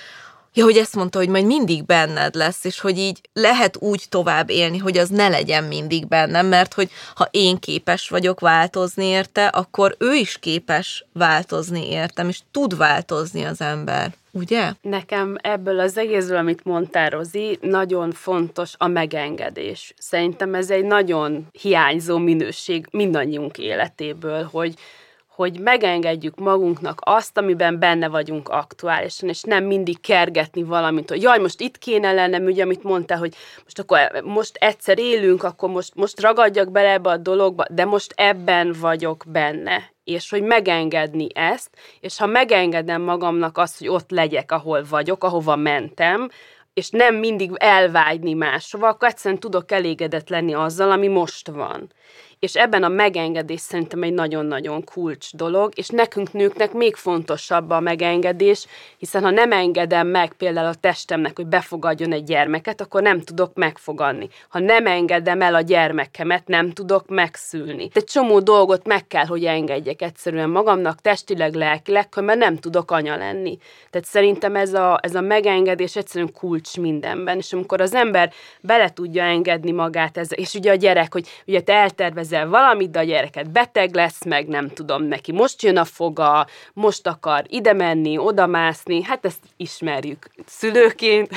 Ja, hogy ezt mondta, hogy majd mindig benned lesz, és hogy így lehet úgy tovább élni, hogy az ne legyen mindig bennem, mert hogy ha én képes vagyok változni érte, akkor ő is képes változni értem, és tud változni az ember. Ugye? Nekem ebből az egészből, amit mondtál, Rozi, nagyon fontos a megengedés. Szerintem ez egy nagyon hiányzó minőség mindannyiunk életéből, hogy megengedjük magunknak azt, amiben benne vagyunk aktuálisan, és nem mindig kergetni valamit, hogy jaj, most itt kéne lennem, ugye, amit mondtál, hogy most egyszer élünk, akkor most ragadjak bele ebbe a dologba, de most ebben vagyok benne. És hogy megengedni ezt, és ha megengedem magamnak azt, hogy ott legyek, ahol vagyok, ahova mentem, és nem mindig elvágyni máshova, akkor egyszerűen tudok elégedett lenni azzal, ami most van. És ebben a megengedés szerintem egy nagyon-nagyon kulcs dolog, és nekünk nőknek még fontosabb a megengedés, hiszen ha nem engedem meg például a testemnek, hogy befogadjon egy gyermeket, akkor nem tudok megfogadni. Ha nem engedem el a gyermekemet, nem tudok megszülni. Egy csomó dolgot meg kell, hogy engedjek egyszerűen magamnak, testileg, lelkileg, mert nem tudok anya lenni. Tehát szerintem ez a megengedés egyszerűen kulcs mindenben, és amikor az ember bele tudja engedni magát, és ugye a gyerek, hogy ugye te eltervezel valamit, de a gyereket beteg lesz, meg nem tudom neki. Most jön a foga, most akar ide menni, oda mászni, hát ezt ismerjük szülőként.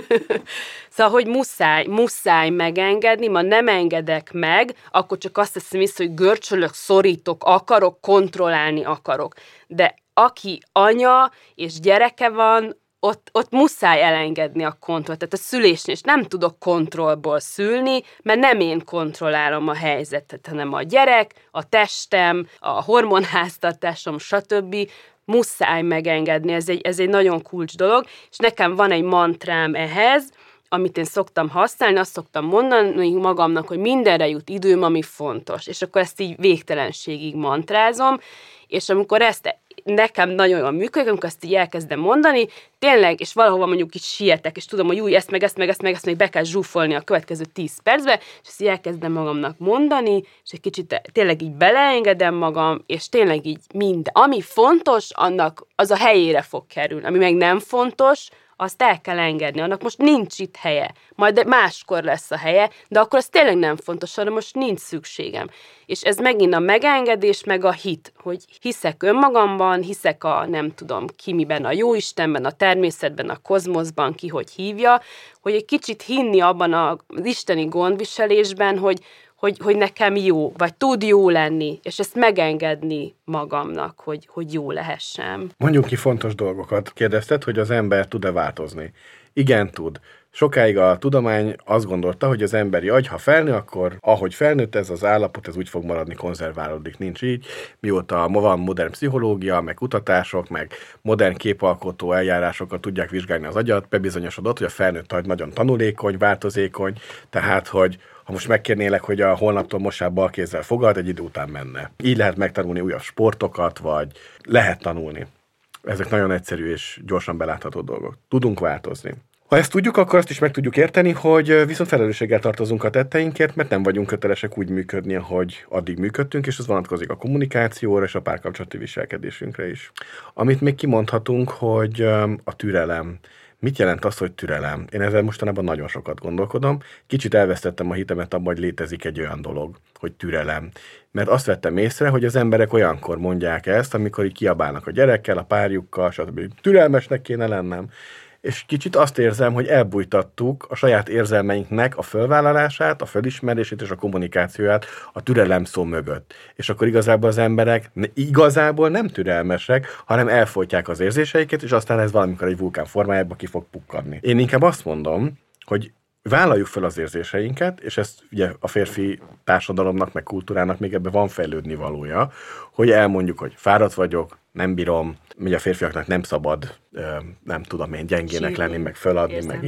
Szóval, hogy muszáj megengedni, ma nem engedek meg, akkor csak azt teszem észre, hogy görcsölök, szorítok, akarok, kontrollálni akarok. De aki anya és gyereke van, ott muszáj elengedni a kontrollt. Tehát a szülésnél, és nem tudok kontrollból szülni, mert nem én kontrollálom a helyzetet, hanem a gyerek, a testem, a hormonháztartásom, stb. Muszáj megengedni, ez egy nagyon kulcs dolog, és nekem van egy mantrám ehhez, amit én szoktam használni, azt szoktam mondani magamnak, hogy mindenre jut időm, ami fontos. És akkor ezt így végtelenségig mantrázom, és amikor ezt nekem nagyon jól működik, amikor ezt így elkezdem mondani, tényleg, és valahova mondjuk így sietek, és tudom, hogy új, ezt még be kell zsúfolni a következő 10 percbe, és ezt így elkezdem magamnak mondani, és egy kicsit tényleg így beleengedem magam, és tényleg így minden. Ami fontos, annak az a helyére fog kerülni. Ami meg nem fontos, azt el kell engedni, annak most nincs itt helye, majd máskor lesz a helye, de akkor az tényleg nem fontos, hanem most nincs szükségem. És ez megint a megengedés, meg a hit, hogy hiszek önmagamban, hiszek a nem tudom ki miben, a jóistenben, a természetben, a kozmoszban, ki hogy hívja, hogy egy kicsit hinni abban az isteni gondviselésben, hogy nekem jó, vagy tud jó lenni, és ezt megengedni magamnak, hogy jó lehessem. Mondjuk ki fontos dolgokat. Kérdezted, hogy az ember tud-e változni? Igen, tud. Sokáig a tudomány azt gondolta, hogy az emberi agy, ha felnő, akkor ahogy felnőtt ez az állapot, ez úgy fog maradni, konzerválódik. Nincs így. Mióta van modern pszichológia, meg kutatások, meg modern képalkotó eljárásokkal tudják vizsgálni az agyat, bebizonyosodott, hogy a felnőtt agy nagyon tanulékony, változékony, tehát, hogy ha most megkérnélek, hogy a holnaptól mossál bal kézzel fogad, egy idő után menne. Így lehet megtanulni újabb sportokat, vagy lehet tanulni. Ezek nagyon egyszerű és gyorsan belátható dolgok. Tudunk változni. Ha ezt tudjuk, akkor azt is meg tudjuk érteni, hogy viszont felelősséggel tartozunk a tetteinkért, mert nem vagyunk kötelesek úgy működni, ahogy addig működtünk, és ez vonatkozik a kommunikációra és a párkapcsolati viselkedésünkre is. Amit még kimondhatunk, hogy a türelem. Mit jelent az, hogy türelem? Én ezzel mostanában nagyon sokat gondolkodom. Kicsit elvesztettem a hitemet abban, hogy létezik egy olyan dolog, hogy türelem. Mert azt vettem észre, hogy az emberek olyankor mondják ezt, amikor így kiabálnak a gyerekkel, a párjukkal, stb. Türelmesnek kéne lennem. És kicsit azt érzem, hogy elbújtattuk a saját érzelmeinknek a fölvállalását, a fölismerését és a kommunikációját a türelem szó mögött. És akkor igazából az emberek igazából nem türelmesek, hanem elfolytják az érzéseiket, és aztán ez valamikor egy vulkán formájában ki fog pukkadni. Én inkább azt mondom, hogy vállaljuk fel az érzéseinket, és ezt ugye a férfi társadalomnak, meg kultúrának még ebben van fejlődni valója, hogy elmondjuk, hogy fáradt vagyok, nem bírom, ugye a férfiaknak nem szabad, nem tudom én, gyengének lenni, meg föladni, meg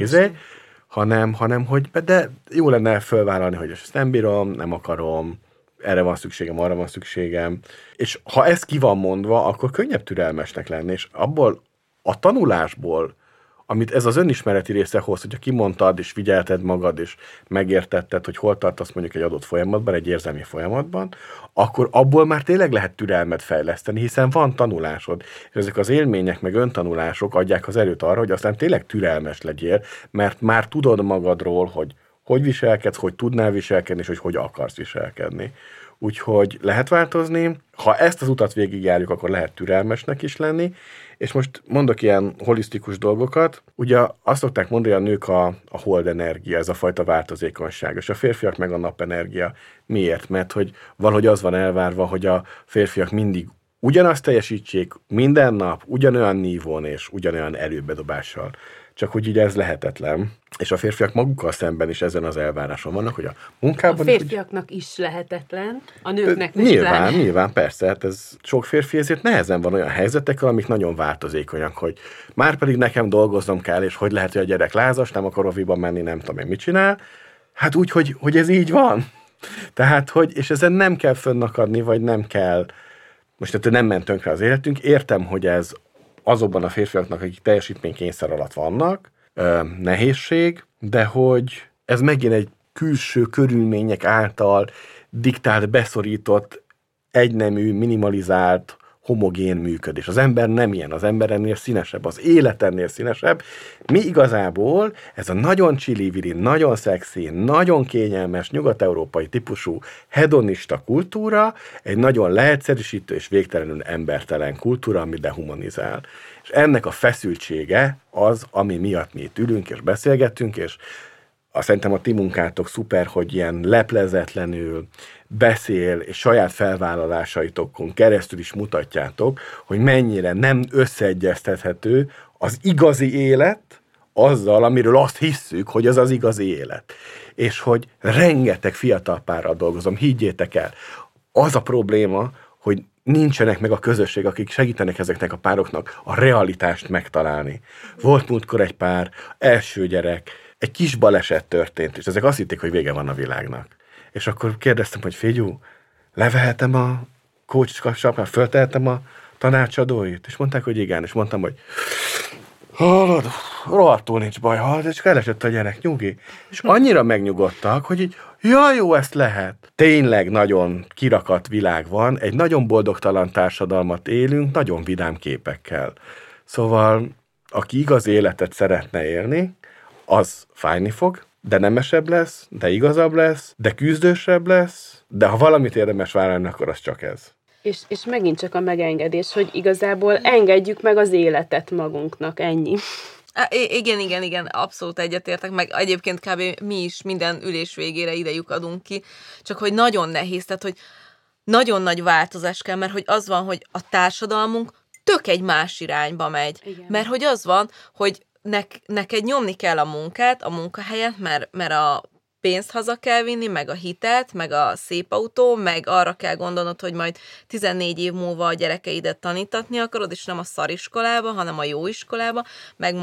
hanem hogy de jó lenne fölvállalni, hogy ezt nem bírom, nem akarom, erre van szükségem, arra van szükségem. És ha ez ki van mondva, akkor könnyebb türelmesnek lenni, és abból a tanulásból, amit ez az önismereti része hoz, hogyha kimondtad, és figyelted magad, és megértetted, hogy hol tartasz mondjuk egy adott folyamatban, egy érzelmi folyamatban, akkor abból már tényleg lehet türelmet fejleszteni, hiszen van tanulásod. És ezek az élmények, meg öntanulások adják az erőt arra, hogy aztán tényleg türelmes legyél, mert már tudod magadról, hogy viselkedsz, hogy tudnál viselkedni, és hogy akarsz viselkedni. Úgyhogy lehet változni. Ha ezt az utat végigjárjuk, akkor lehet türelmesnek is lenni. És most mondok ilyen holisztikus dolgokat. Ugye azt szokták mondani, hogy a nők a hold energia, ez a fajta változékonyság, és a férfiak meg a napenergia. Miért? Mert hogy valahogy az van elvárva, hogy a férfiak mindig ugyanazt teljesítsék minden nap, ugyanolyan nívón és ugyanolyan erőbedobással. Csak hogy így ez lehetetlen. És a férfiak magukkal szemben is ezen az elváráson vannak, hogy a munkában... A férfiaknak is lehetetlen, a nőknek is Nyilván, persze, hát ez sok férfi ezért nehezen van olyan helyzetekkel, amik nagyon változékonyak, hogy már pedig nekem dolgoznom kell, és hogy lehet, hogy a gyerek lázas, nem akar oviba menni, nem tudom én mit csinál. Hát úgy, hogy ez így van. Tehát, és ezen nem kell fönnakadni, vagy nem kell... Most ettől nem ment tönkre az életünk. Értem, hogy ez azokban a férfiaknak, akik teljesítménykényszer alatt vannak, nehézség, de hogy ez megint egy külső körülmények által diktált, beszorított, egynemű, minimalizált, homogén működés. Az ember nem ilyen, az ember ennél színesebb, az élet ennél színesebb. Mi igazából ez a nagyon csili-vili, nagyon szexi, nagyon kényelmes, nyugat-európai típusú hedonista kultúra, egy nagyon leegyszerűsítő és végtelenül embertelen kultúra, ami dehumanizál. És ennek a feszültsége az, ami miatt mi itt ülünk és beszélgetünk, és szerintem a ti munkátok szuper, hogy ilyen leplezetlenül beszél, és saját felvállalásaitokon keresztül is mutatjátok, hogy mennyire nem összeegyeztethető az igazi élet azzal, amiről azt hisszük, hogy az az igazi élet. És hogy rengeteg fiatal párral dolgozom, higgyétek el. Az a probléma, hogy nincsenek meg a közösség, akik segítenek ezeknek a pároknak a realitást megtalálni. Volt múltkor egy pár, első gyerek, egy kis baleset történt, és ezek azt hitték, hogy vége van a világnak. És akkor kérdeztem, hogy figyú, levehetem a coach sapkát, föltehetem a tanácsadóit? És mondták, hogy igen, és mondtam, hogy hallod, rohadtul nincs baj, hallod, és elesett a gyerek, nyugi. És annyira megnyugodtak, hogy így, jaj, jó, ezt lehet. Tényleg nagyon kirakat világ van, egy nagyon boldogtalan társadalmat élünk, nagyon vidám képekkel. Szóval, aki igaz életet szeretne élni, az fájni fog, de nemesebb lesz, de igazabb lesz, de küzdősebb lesz, de ha valamit érdemes vállalni, akkor az csak ez. És megint csak a megengedés, hogy igazából engedjük meg az életet magunknak, ennyi. Igen, abszolút egyetértek, meg egyébként kb. Mi is minden ülés végére idejük adunk ki, csak hogy nagyon nehéz, tehát hogy nagyon nagy változás kell, mert hogy az van, hogy a társadalmunk tök egy más irányba megy. Igen. Mert hogy az van, hogy neked nyomni kell a munkát, a munkahelyet, mert a pénzt haza kell vinni, meg a hitelt, meg a szép autó, meg arra kell gondolnod, hogy majd 14 év múlva a gyerekeidet tanítatni akarod, és nem a szariskolába, hanem a jó iskolába, meg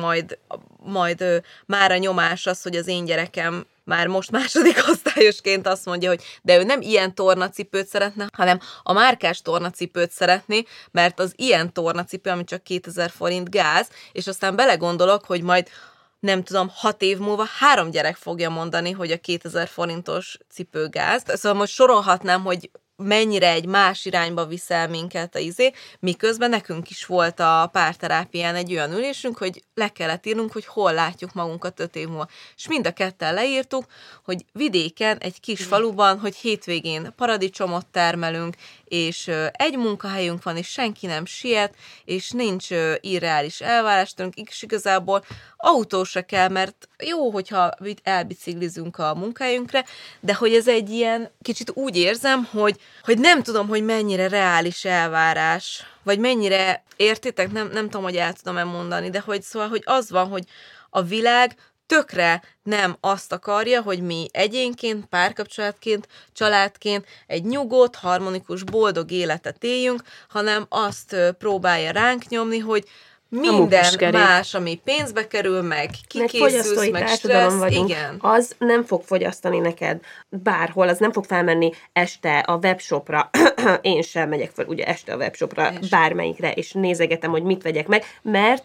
majd már a nyomás az, hogy az én gyerekem már most második osztályosként azt mondja, hogy de ő nem ilyen tornacipőt szeretne, hanem a márkás tornacipőt szeretné, mert az ilyen tornacipő, ami csak 2000 forint gáz, és aztán belegondolok, hogy majd nem tudom, 6 év múlva 3 gyerek fogja mondani, hogy a 2000 forintos cipő gáz. Szóval most sorolhatnám, hogy mennyire egy más irányba viszel minket miközben nekünk is volt a párterápián egy olyan ülésünk, hogy le kellett írnunk, hogy hol látjuk magunkat 5 év múlva. És mind a ketten leírtuk, hogy vidéken, egy kis faluban, hogy hétvégén paradicsomot termelünk, és egy munkahelyünk van, és senki nem siet, és nincs irreális elvárástunk, és igazából autó se kell, mert jó, hogyha elbiciklizünk a munkahelyünkre, de hogy ez egy ilyen, kicsit úgy érzem, hogy nem tudom, hogy mennyire reális elvárás, vagy mennyire, értitek, nem tudom, hogy el tudom-e mondani, de hogy szóval, hogy az van, hogy a világ tökre nem azt akarja, hogy mi egyénként, párkapcsolatként, családként egy nyugodt, harmonikus, boldog életet éljünk, hanem azt próbálja ránk nyomni, hogy minden más, ami pénzbe kerül, meg kikészülsz, meg stressz, vagyunk. Igen. Az nem fog fogyasztani neked bárhol, az nem fog felmenni este a webshopra, én sem megyek fel ugye este a webshopra bármelyikre, és nézegetem, hogy mit vegyek meg, mert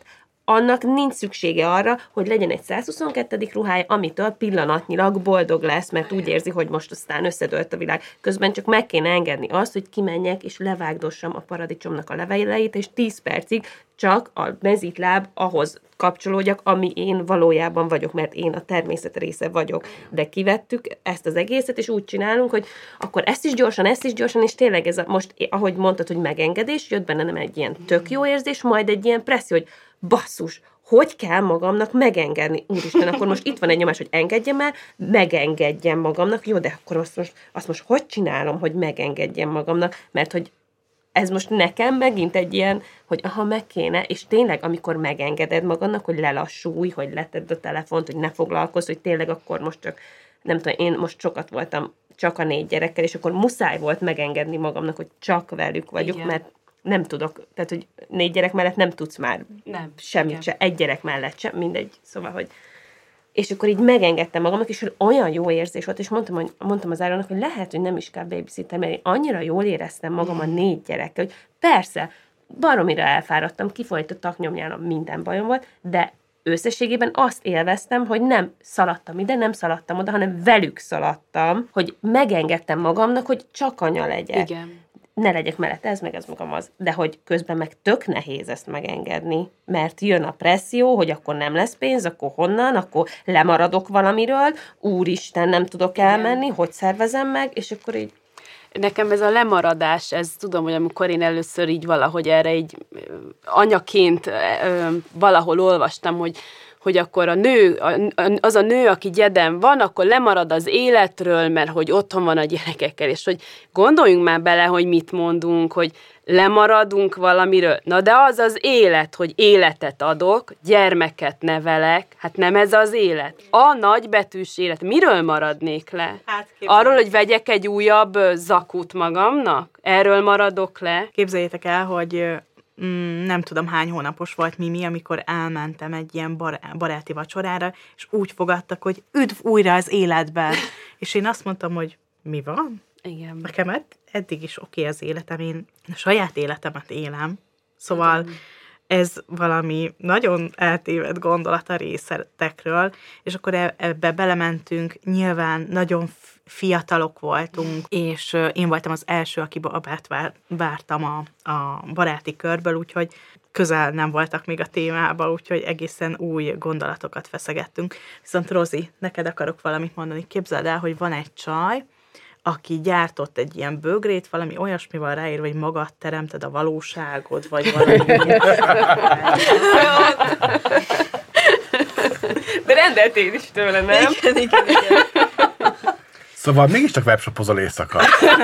annak nincs szüksége arra, hogy legyen egy 122. ruhája, amitől pillanatnyilag boldog lesz, mert úgy érzi, hogy most aztán összedőlt a világ. Közben csak meg kéne engedni azt, hogy kimenjek és levágdossam a paradicsomnak a leveleit, és 10 percig csak a mezítláb ahhoz kapcsolódjak, ami én valójában vagyok, mert én a természet része vagyok. De kivettük ezt az egészet, és úgy csinálunk, hogy akkor ezt is gyorsan, és tényleg ez most, ahogy mondtad, hogy megengedés, jött benne nem egy ilyen tök jó érzés, majd egy ilyen presszió, hogy basszus, hogy kell magamnak megengedni? Úristen, akkor most itt van egy nyomás, hogy engedjem el, megengedjem magamnak. Jó, de akkor azt most hogy csinálom, hogy megengedjem magamnak? Mert hogy ez most nekem megint egy ilyen, hogy aha, meg kéne, és tényleg, amikor megengeded magadnak, hogy lelassulj, hogy letedd a telefont, hogy ne foglalkozz, hogy tényleg akkor most csak, nem tudom, én most sokat voltam csak a 4 gyerekkel, és akkor muszáj volt megengedni magamnak, hogy csak velük vagyok, igen. Mert nem tudok, tehát, hogy 4 gyerek mellett nem tudsz már semmit se, egy gyerek mellett sem, mindegy, szóval, hogy és akkor így megengedtem magamnak, és olyan jó érzés volt, és mondtam az Áronnak, hogy lehet, hogy nem is kell babysitter, mert én annyira jól éreztem magam a 4 gyerekkel, hogy persze, baromira elfáradtam, kifolyt a taknyomnyálom, minden bajom volt, de összességében azt élveztem, hogy nem szaladtam ide, nem szaladtam oda, hanem velük szaladtam, hogy megengedtem magamnak, hogy csak anya legyek. Igen. Ne legyek mellett ez, meg az. De hogy közben meg tök nehéz ezt megengedni, mert jön a presszió, hogy akkor nem lesz pénz, akkor honnan, akkor lemaradok valamiről, úristen, nem tudok elmenni, hogy szervezem meg, és akkor így... Nekem ez a lemaradás, ez tudom, hogy amikor én először így valahogy erre így anyaként valahol olvastam, hogy akkor az a nő, aki gyeden van, akkor lemarad az életről, mert hogy otthon van a gyerekekkel, és hogy gondoljunk már bele, hogy mit mondunk, hogy lemaradunk valamiről. Na de az az élet, hogy életet adok, gyermeket nevelek, hát nem ez az élet. A nagybetűs élet. Miről maradnék le? Arról, hogy vegyek egy újabb zakut magamnak? Erről maradok le? Képzeljétek el, hogy nem tudom hány hónapos volt Mimi, amikor elmentem egy ilyen baráti vacsorára, és úgy fogadtak, hogy üdv újra az életben. És én azt mondtam, hogy mi van? Igen. Nekem eddig is oké az életem, én a saját életemet élem. Szóval ez valami nagyon eltévedt gondolat a részletekről, és akkor ebbe belementünk, nyilván nagyon fiatalok voltunk, és én voltam az első, aki babát vártam a baráti körből, úgyhogy közel nem voltak még a témába, úgyhogy egészen új gondolatokat feszegettünk. Viszont Rozi, neked akarok valamit mondani. Képzeld el, hogy van egy csaj, aki gyártott egy ilyen bögrét, valami olyasmi van ráírva, hogy magad teremted a valóságod, vagy valami. De rendelt én is tőle, nem? Igen. Szóval mégiscsak webshopozol éjszaka.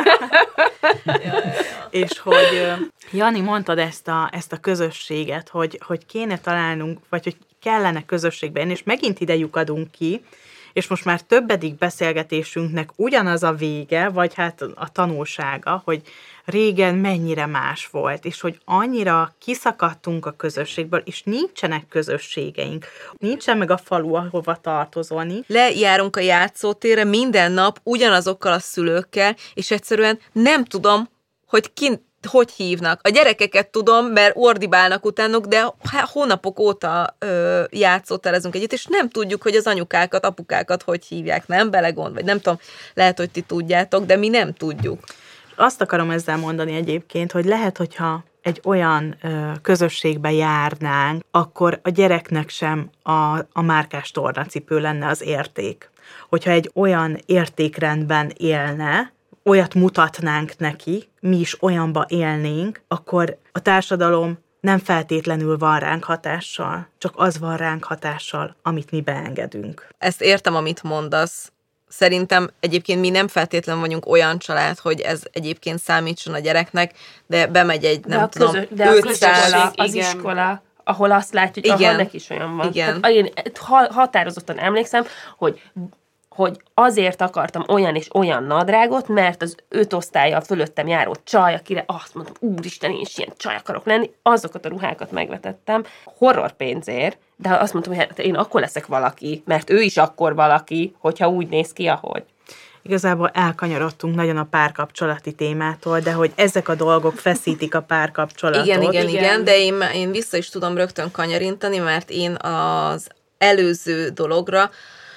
És hogy Jani, mondtad ezt a közösséget, hogy kéne találnunk, vagy hogy kellene közösségben, és megint ide lyukadunk ki, és most már többedik beszélgetésünknek ugyanaz a vége, vagy hát a tanulsága, hogy régen mennyire más volt, és hogy annyira kiszakadtunk a közösségből, és nincsenek közösségeink. Nincsen meg a falu, ahova tartozolni. Lejárunk a játszótérre minden nap ugyanazokkal a szülőkkel, és egyszerűen nem tudom, hogy hogy hívnak. A gyerekeket tudom, mert ordibálnak utánuk, de hónapok óta játszóterezünk együtt, és nem tudjuk, hogy az anyukákat, apukákat hogy hívják, nem? Belegond, vagy nem tudom, lehet, hogy ti tudjátok, de mi nem tudjuk. Azt akarom ezzel mondani egyébként, hogy lehet, hogyha egy olyan közösségbe járnánk, akkor a gyereknek sem a márkás tornacipő lenne az érték. Hogyha egy olyan értékrendben élne, olyat mutatnánk neki, mi is olyanba élnénk, akkor a társadalom nem feltétlenül van ránk hatással, csak az van ránk hatással, amit mi beengedünk. Ezt értem, amit mondasz. Szerintem egyébként mi nem feltétlenül vagyunk olyan család, hogy ez egyébként számítson a gyereknek, de bemegy egy, nem tudom, 500... Az iskola, ahol azt látjuk, hogy ahol neki is olyan van. Igen. Tehát én határozottan emlékszem, hogy azért akartam olyan és olyan nadrágot, mert az 5 osztállyal fölöttem járó csaj, akire azt mondtam, úristen, én is ilyen csaj akarok lenni, azokat a ruhákat megvetettem horror pénzért, de azt mondtam, hogy hát én akkor leszek valaki, mert ő is akkor valaki, hogyha úgy néz ki, ahogy. Igazából elkanyarodtunk nagyon a párkapcsolati témától, de hogy ezek a dolgok feszítik a párkapcsolatot. Igen, de én vissza is tudom rögtön kanyarintani, mert én az előző dologra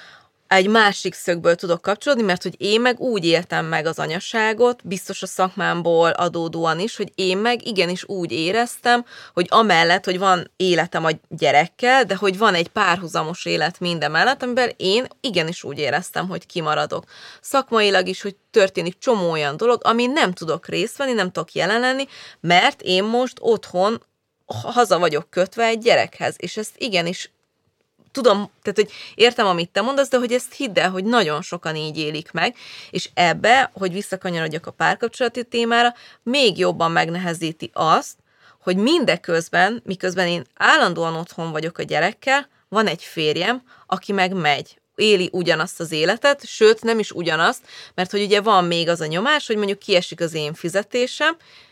egy másik szögből tudok kapcsolódni, mert hogy én meg úgy éltem meg az anyaságot, biztos a szakmámból adódóan is, hogy én meg igenis úgy éreztem, hogy amellett, hogy van életem a gyerekkel, de hogy van egy párhuzamos élet mindemellett, amiben én igenis úgy éreztem, hogy kimaradok. Szakmailag is, hogy történik csomó olyan dolog, amin nem tudok részt venni, nem tudok jelen lenni, mert én most otthon haza vagyok kötve egy gyerekhez, és ezt igenis tudom, tehát, hogy értem, amit te mondasz, de hogy ezt hidd el, hogy nagyon sokan így élik meg, és ebbe, hogy visszakanyarodjak a párkapcsolati témára, még jobban megnehezíti azt, hogy mindeközben, miközben én állandóan otthon vagyok a gyerekkel, van egy férjem, aki meg megy, éli ugyanazt az életet, sőt, nem is ugyanazt, mert hogy ugye van még az a nyomás, hogy mondjuk kiesik az én fizetésem,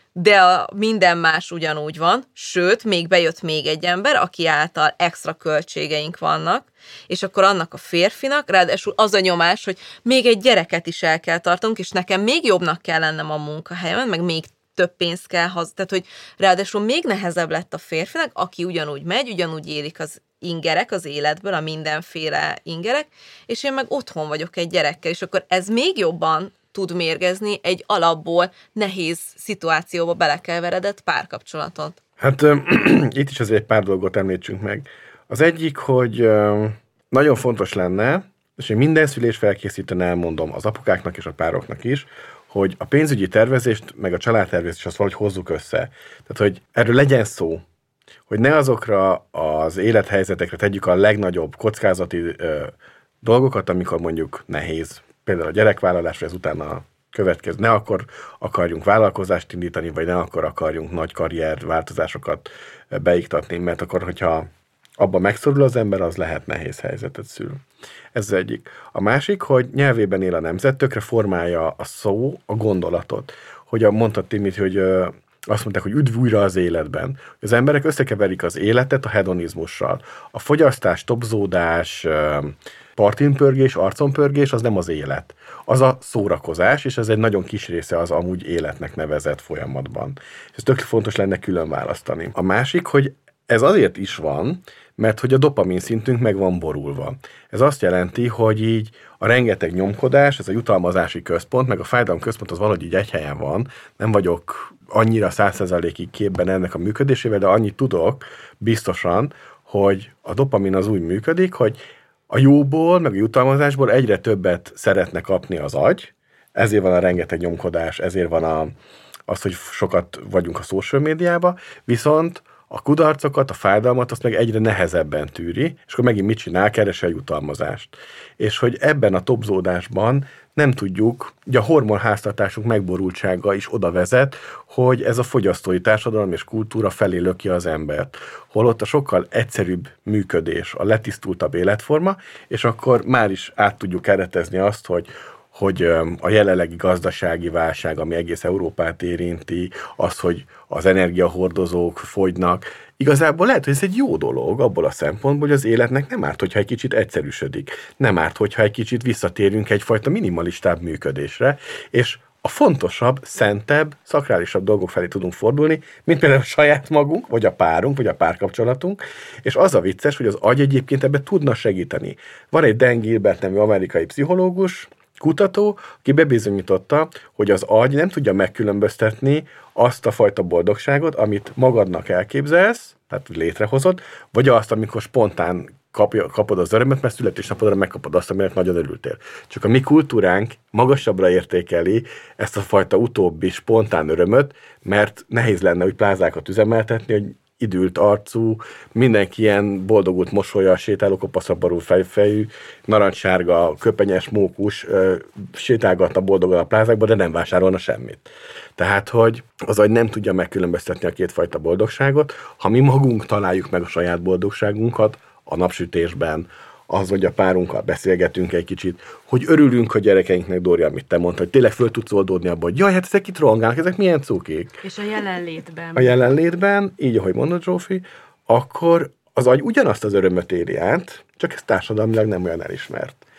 de minden más ugyanúgy van, sőt, még bejött még egy ember, aki által extra költségeink vannak, és akkor annak a férfinak, ráadásul az a nyomás, hogy még egy gyereket is el kell tartanunk, és nekem még jobbnak kell lennem a munkahelyemen, meg még több pénzt kell haza, tehát hogy ráadásul még nehezebb lett a férfinak, aki ugyanúgy megy, ugyanúgy élik az ingerek az életből, a mindenféle ingerek, és én meg otthon vagyok egy gyerekkel, és akkor ez még jobban tud mérgezni egy alapból nehéz szituációba belekeveredett párkapcsolatot. Hát itt is azért egy pár dolgot említsünk meg. Az egyik, hogy nagyon fontos lenne, és én minden szülés felkészítően elmondom az apukáknak és a pároknak is, hogy a pénzügyi tervezést, meg a családtervezést azt valahogy hozzuk össze. Tehát, hogy erről legyen szó, hogy ne azokra az élethelyzetekre tegyük a legnagyobb kockázati dolgokat, amikor mondjuk nehéz, például a gyerekvállalás, vagy ezután a következő. Ne akkor akarjunk vállalkozást indítani, vagy ne akkor akarjunk nagy karrierváltozásokat beiktatni, mert akkor, hogyha abban megszorul az ember, az lehet nehéz helyzetet szül. Ez az egyik. A másik, hogy nyelvében él a nemzet, tökre formálja a szó, a gondolatot. Hogy mondtad, Timit, hogy azt mondták, hogy üdv újra az életben. Az emberek összekeverik az életet a hedonizmussal. A fogyasztás, topzódás, partinpörgés, arconpörgés, az nem az élet. Az a szórakozás, és ez egy nagyon kis része az amúgy életnek nevezett folyamatban. Ez tök fontos lenne külön választani. A másik, hogy ez azért is van, mert hogy a dopamin szintünk meg van borulva. Ez azt jelenti, hogy így a rengeteg nyomkodás, ez a jutalmazási központ, meg a fájdalom központ az valahogy így egy helyen van. Nem vagyok annyira 100%-ig képben ennek a működésével, de annyit tudok biztosan, hogy a dopamin az úgy működik, hogy a jóból, meg a jutalmazásból egyre többet szeretne kapni az agy, ezért van a rengeteg nyomkodás, ezért van az, hogy sokat vagyunk a social médiában, viszont a kudarcokat, a fájdalmat azt meg egyre nehezebben tűri, és akkor megint mit csinál? Keresi a jutalmazást. És hogy ebben a topzódásban nem tudjuk, ugye a hormonháztartásunk megborultsága is oda vezet, hogy ez a fogyasztói társadalom és kultúra felé löki az embert. Holott a sokkal egyszerűbb működés, a letisztultabb életforma, és akkor már is át tudjuk keretezni azt, hogy a jelenlegi gazdasági válság, ami egész Európát érinti, az, hogy az energiahordozók fogynak, igazából lehet, hogy ez egy jó dolog abból a szempontból, hogy az életnek nem árt, hogyha egy kicsit egyszerűsödik. Nem árt, hogyha egy kicsit visszatérünk egyfajta minimalistább működésre, és a fontosabb, szentebb, szakrálisabb dolgok felé tudunk fordulni, mint például a saját magunk, vagy a párunk, vagy a párkapcsolatunk, és az a vicces, hogy az agy egyébként ebben tudna segíteni. Van egy Dan Gilbert nevű amerikai pszichológus, kutató, aki bebizonyította, hogy az agy nem tudja megkülönböztetni azt a fajta boldogságot, amit magadnak elképzelsz, tehát létrehozod, vagy azt, amikor spontán kapod az örömet, mert születésnapodra megkapod azt, aminek nagyon örültél. Csak a mi kultúránk magasabbra értékeli ezt a fajta utóbbi spontán örömöt, mert nehéz lenne úgy plázákat üzemeltetni, hogy idült arcú, mindenki ilyen boldogult mosolya, sétáló kopaszabbarú fejfejű, narancssárga, köpenyes mókus sétálgatna boldogan a plázákba, de nem vásárolna semmit. Tehát, hogy az agy nem tudja megkülönböztetni a kétfajta boldogságot, ha mi magunk találjuk meg a saját boldogságunkat a napsütésben, az, hogy a párunkkal beszélgetünk egy kicsit, hogy örülünk a gyerekeinknek, Dória, amit te mondtad, hogy tényleg föl tudsz oldódni abban, hogy jaj, hát ezek itt rohangálnak, ezek milyen cukik. És a jelenlétben. A jelenlétben, így ahogy mondod, Zsófi, akkor az agy ugyanazt az örömöt éli át, csak ez társadalmilag nem olyan elismert. És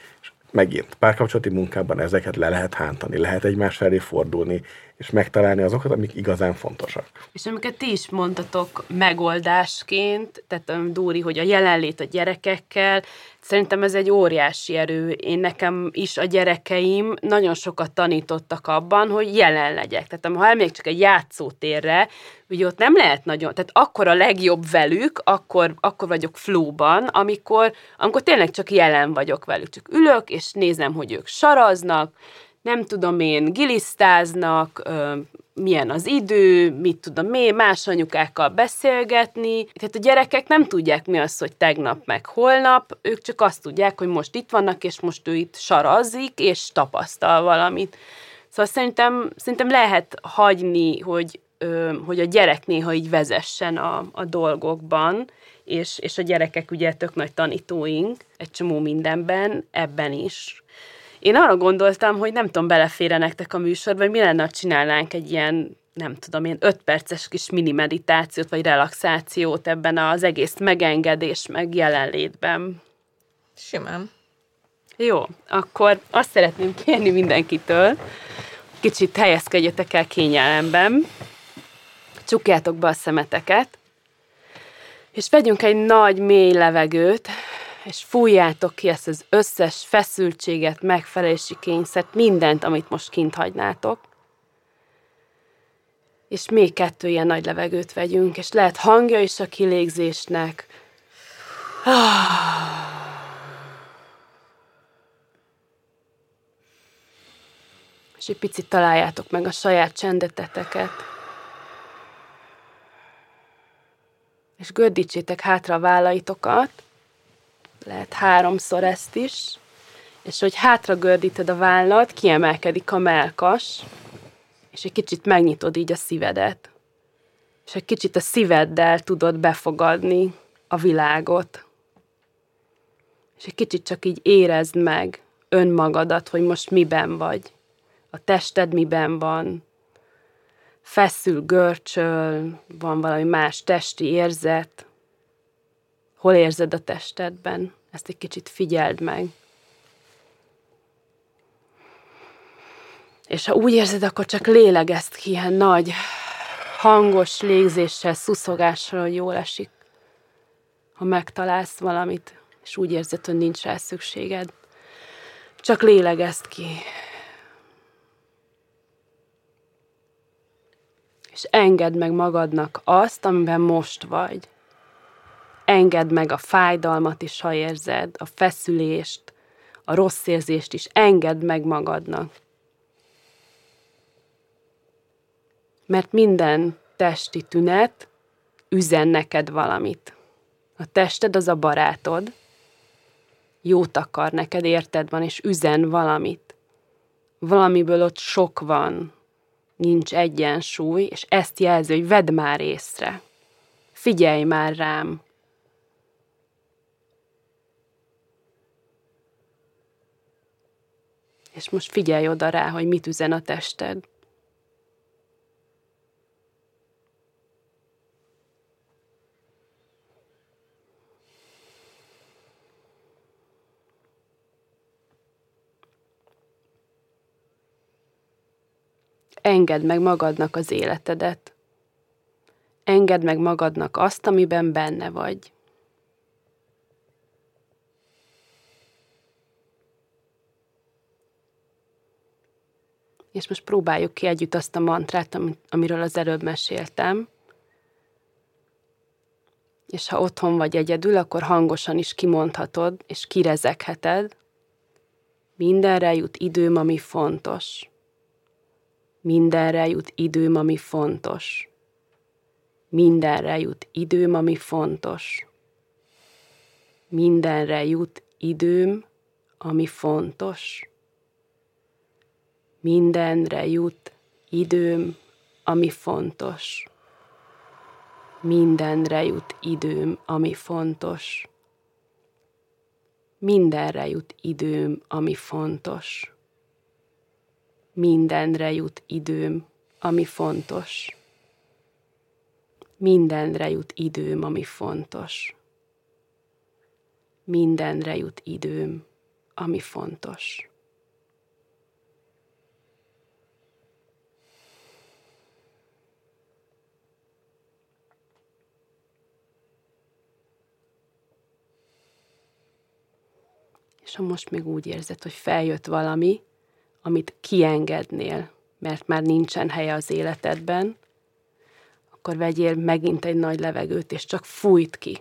megint párkapcsolati munkában ezeket le lehet hántani, lehet egymás felé fordulni, és megtalálni azokat, amik igazán fontosak. És amiket ti is mondtatok megoldásként, tehát Dóri, hogy a jelenlét a gyerekekkel, szerintem ez egy óriási erő. Én nekem is a gyerekeim nagyon sokat tanítottak abban, hogy jelen legyek. Tehát ha elmegyek csak egy játszótérre, ugye ott nem lehet nagyon, tehát akkor a legjobb velük, akkor vagyok flowban, amikor tényleg csak jelen vagyok velük. Csak ülök, és nézem, hogy ők saraznak, nem tudom én, gilisztáznak, milyen az idő, mit tudom én, más anyukákkal beszélgetni. Tehát a gyerekek nem tudják, mi az, hogy tegnap meg holnap, ők csak azt tudják, hogy most itt vannak, és most ő itt sarazik, és tapasztal valamit. Szóval szerintem lehet hagyni, hogy a gyerek néha így vezessen a dolgokban, és a gyerekek ugye tök nagy tanítóink, egy csomó mindenben, ebben is. Én arra gondoltam, hogy nem tudom, belefér nektek a műsorba, hogy mi lenne, ha csinálnánk egy ilyen, nem tudom, ilyen 5 perces kis mini meditációt, vagy relaxációt ebben az egész megengedés, meg jelenlétben. Simán. Jó, akkor azt szeretném kérni mindenkitől, kicsit helyezkedjetek el kényelemben, csukjátok be a szemeteket, és vegyünk egy nagy, mély levegőt, és fújjátok ki ezt az összes feszültséget, megfelelési kényszert, mindent, amit most kint hagynátok. És még 2 ilyen nagy levegőt vegyünk, és lehet hangja is a kilégzésnek. És egy picit találjátok meg a saját csendeteket. És gördítsétek hátra a vállaitokat, lehet 3-szor ezt is, és hogy hátra gördíted a vállat, kiemelkedik a mellkas, és egy kicsit megnyitod így a szívedet. És egy kicsit a szíveddel tudod befogadni a világot. És egy kicsit csak így érezd meg önmagadat, hogy most miben vagy. A tested miben van. Feszül, görcsöl, van valami más testi érzet. Hol érzed a testedben? Ezt egy kicsit figyeld meg. És ha úgy érzed, akkor csak lélegezd ki ilyen nagy, hangos légzéssel, szuszogással, hogy jól esik. Ha megtalálsz valamit, és úgy érzed, hogy nincs rá szükséged, csak lélegezd ki. És engedd meg magadnak azt, amiben most vagy. Engedd meg a fájdalmat is, ha érzed, a feszülést, a rossz érzést is, engedd meg magadnak. Mert minden testi tünet üzen neked valamit. A tested az a barátod, jót akar neked, érted van, és üzen valamit. Valamiből ott sok van, nincs egyensúly, és ezt jelzi, hogy vedd már észre. Figyelj már rám. És most figyelj oda rá, hogy mit üzen a tested. Engedd meg magadnak az életedet. Engedd meg magadnak azt, amiben benne vagy. És most próbáljuk ki együtt azt a mantrát, amiről az előbb meséltem. És ha otthon vagy egyedül, akkor hangosan is kimondhatod, és kirezegheted. Mindenre jut időm, ami fontos. Mindenre jut időm, ami fontos. Mindenre jut időm, ami fontos. Mindenre jut időm, ami fontos. Mindenre jut időm, ami fontos. Mindenre jut időm, ami fontos. Mindenre jut időm, ami fontos. Mindenre jut időm, ami fontos. Mindenre jut időm, ami fontos. Mindenre jut időm, ami fontos. És ha most még úgy érzed, hogy feljött valami, amit kiengednél, mert már nincsen helye az életedben, akkor vegyél megint egy nagy levegőt, és csak fújt ki.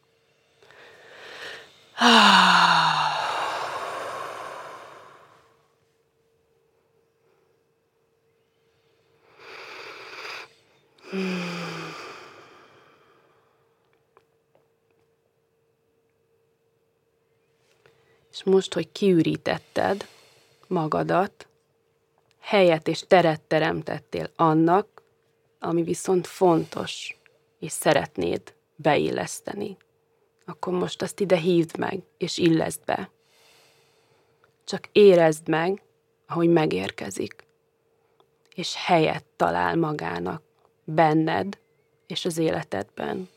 És most, hogy kiürítetted magadat, helyet és teret teremtettél annak, ami viszont fontos, és szeretnéd beilleszteni, akkor most azt ide hívd meg, és illeszd be. Csak érezd meg, ahogy megérkezik, és helyet talál magának benned és az életedben.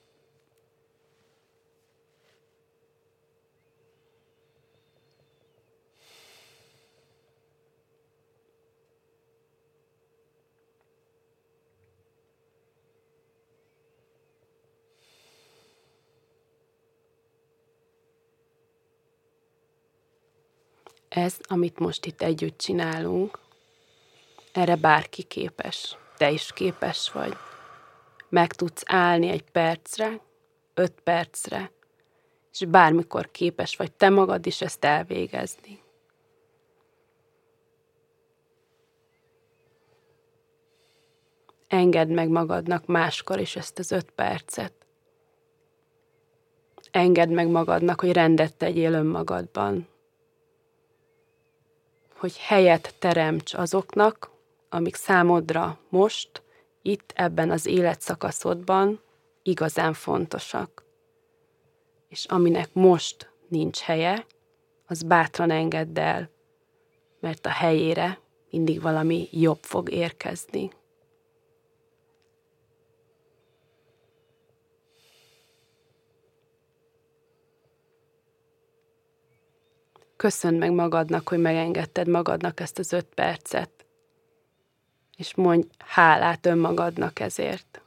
Ez, amit most itt együtt csinálunk, erre bárki képes. Te is képes vagy. Meg tudsz állni 1 percre, 5 percre, és bármikor képes vagy te magad is ezt elvégezni. Engedd meg magadnak máskor is ezt az 5 percet. Engedd meg magadnak, hogy rendet tegyél önmagadban. Hogy helyet teremts azoknak, amik számodra most, itt ebben az életszakaszodban igazán fontosak. És aminek most nincs helye, az bátran engedd el, mert a helyére mindig valami jobb fog érkezni. Köszönd meg magadnak, hogy megengedted magadnak ezt az 5 percet, és mondj hálát önmagadnak ezért.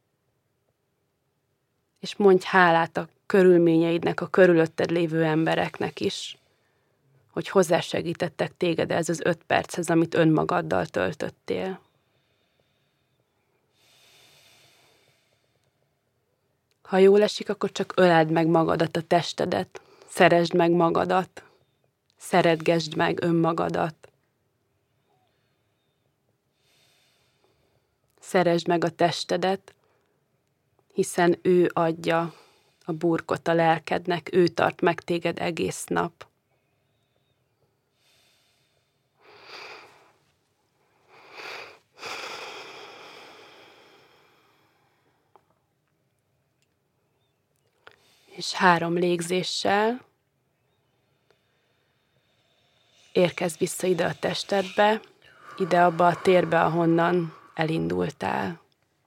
És mondj hálát a körülményeidnek, a körülötted lévő embereknek is, hogy hozzásegítettek téged ez az 5 perchez, amit önmagaddal töltöttél. Ha jól esik, akkor csak öleld meg magadat, a testedet, szeresd meg magadat, szeretgesd meg önmagadat. Szeresd meg a testedet, hiszen ő adja a burkot a lelkednek, ő tart meg téged egész nap. És 3 légzéssel érkezz vissza ide a testedbe, ide abba a térbe, ahonnan elindultál.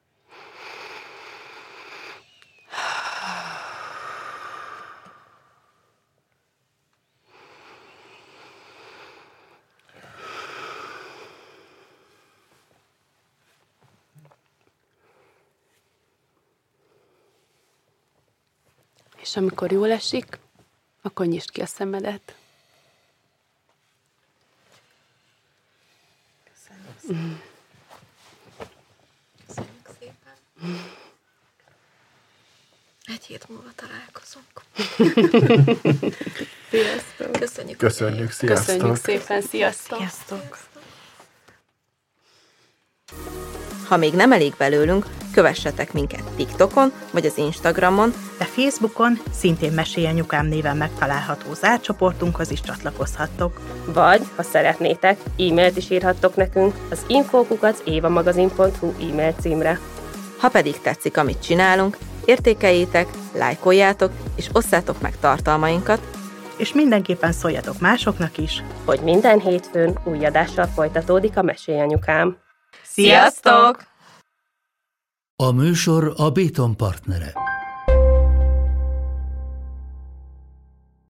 És amikor jól esik, akkor nyisd ki a szemedet. Köszönjük szépen. 1 hét múlva találkozunk. Sziasztok! Köszönjük, sziasztok! Köszönjük szépen, sziasztok! Sziasztok! Ha még nem elég belőlünk, kövessetek minket TikTokon vagy az Instagramon, De Facebookon szintén Mesélj Anyukám néven megtalálható zárt csoportunkhoz is csatlakozhattok. Vagy, ha szeretnétek, e-mailt is írhattok nekünk az info@évamagazin.hu e-mail címre. ha pedig tetszik, amit csinálunk, értékeljétek, lájkoljátok és osszátok meg tartalmainkat, És mindenképpen szóljatok másoknak is. Hogy minden hétfőn új adással folytatódik a Mesélj Anyukám. Sziasztok! A műsor a Béton partnere.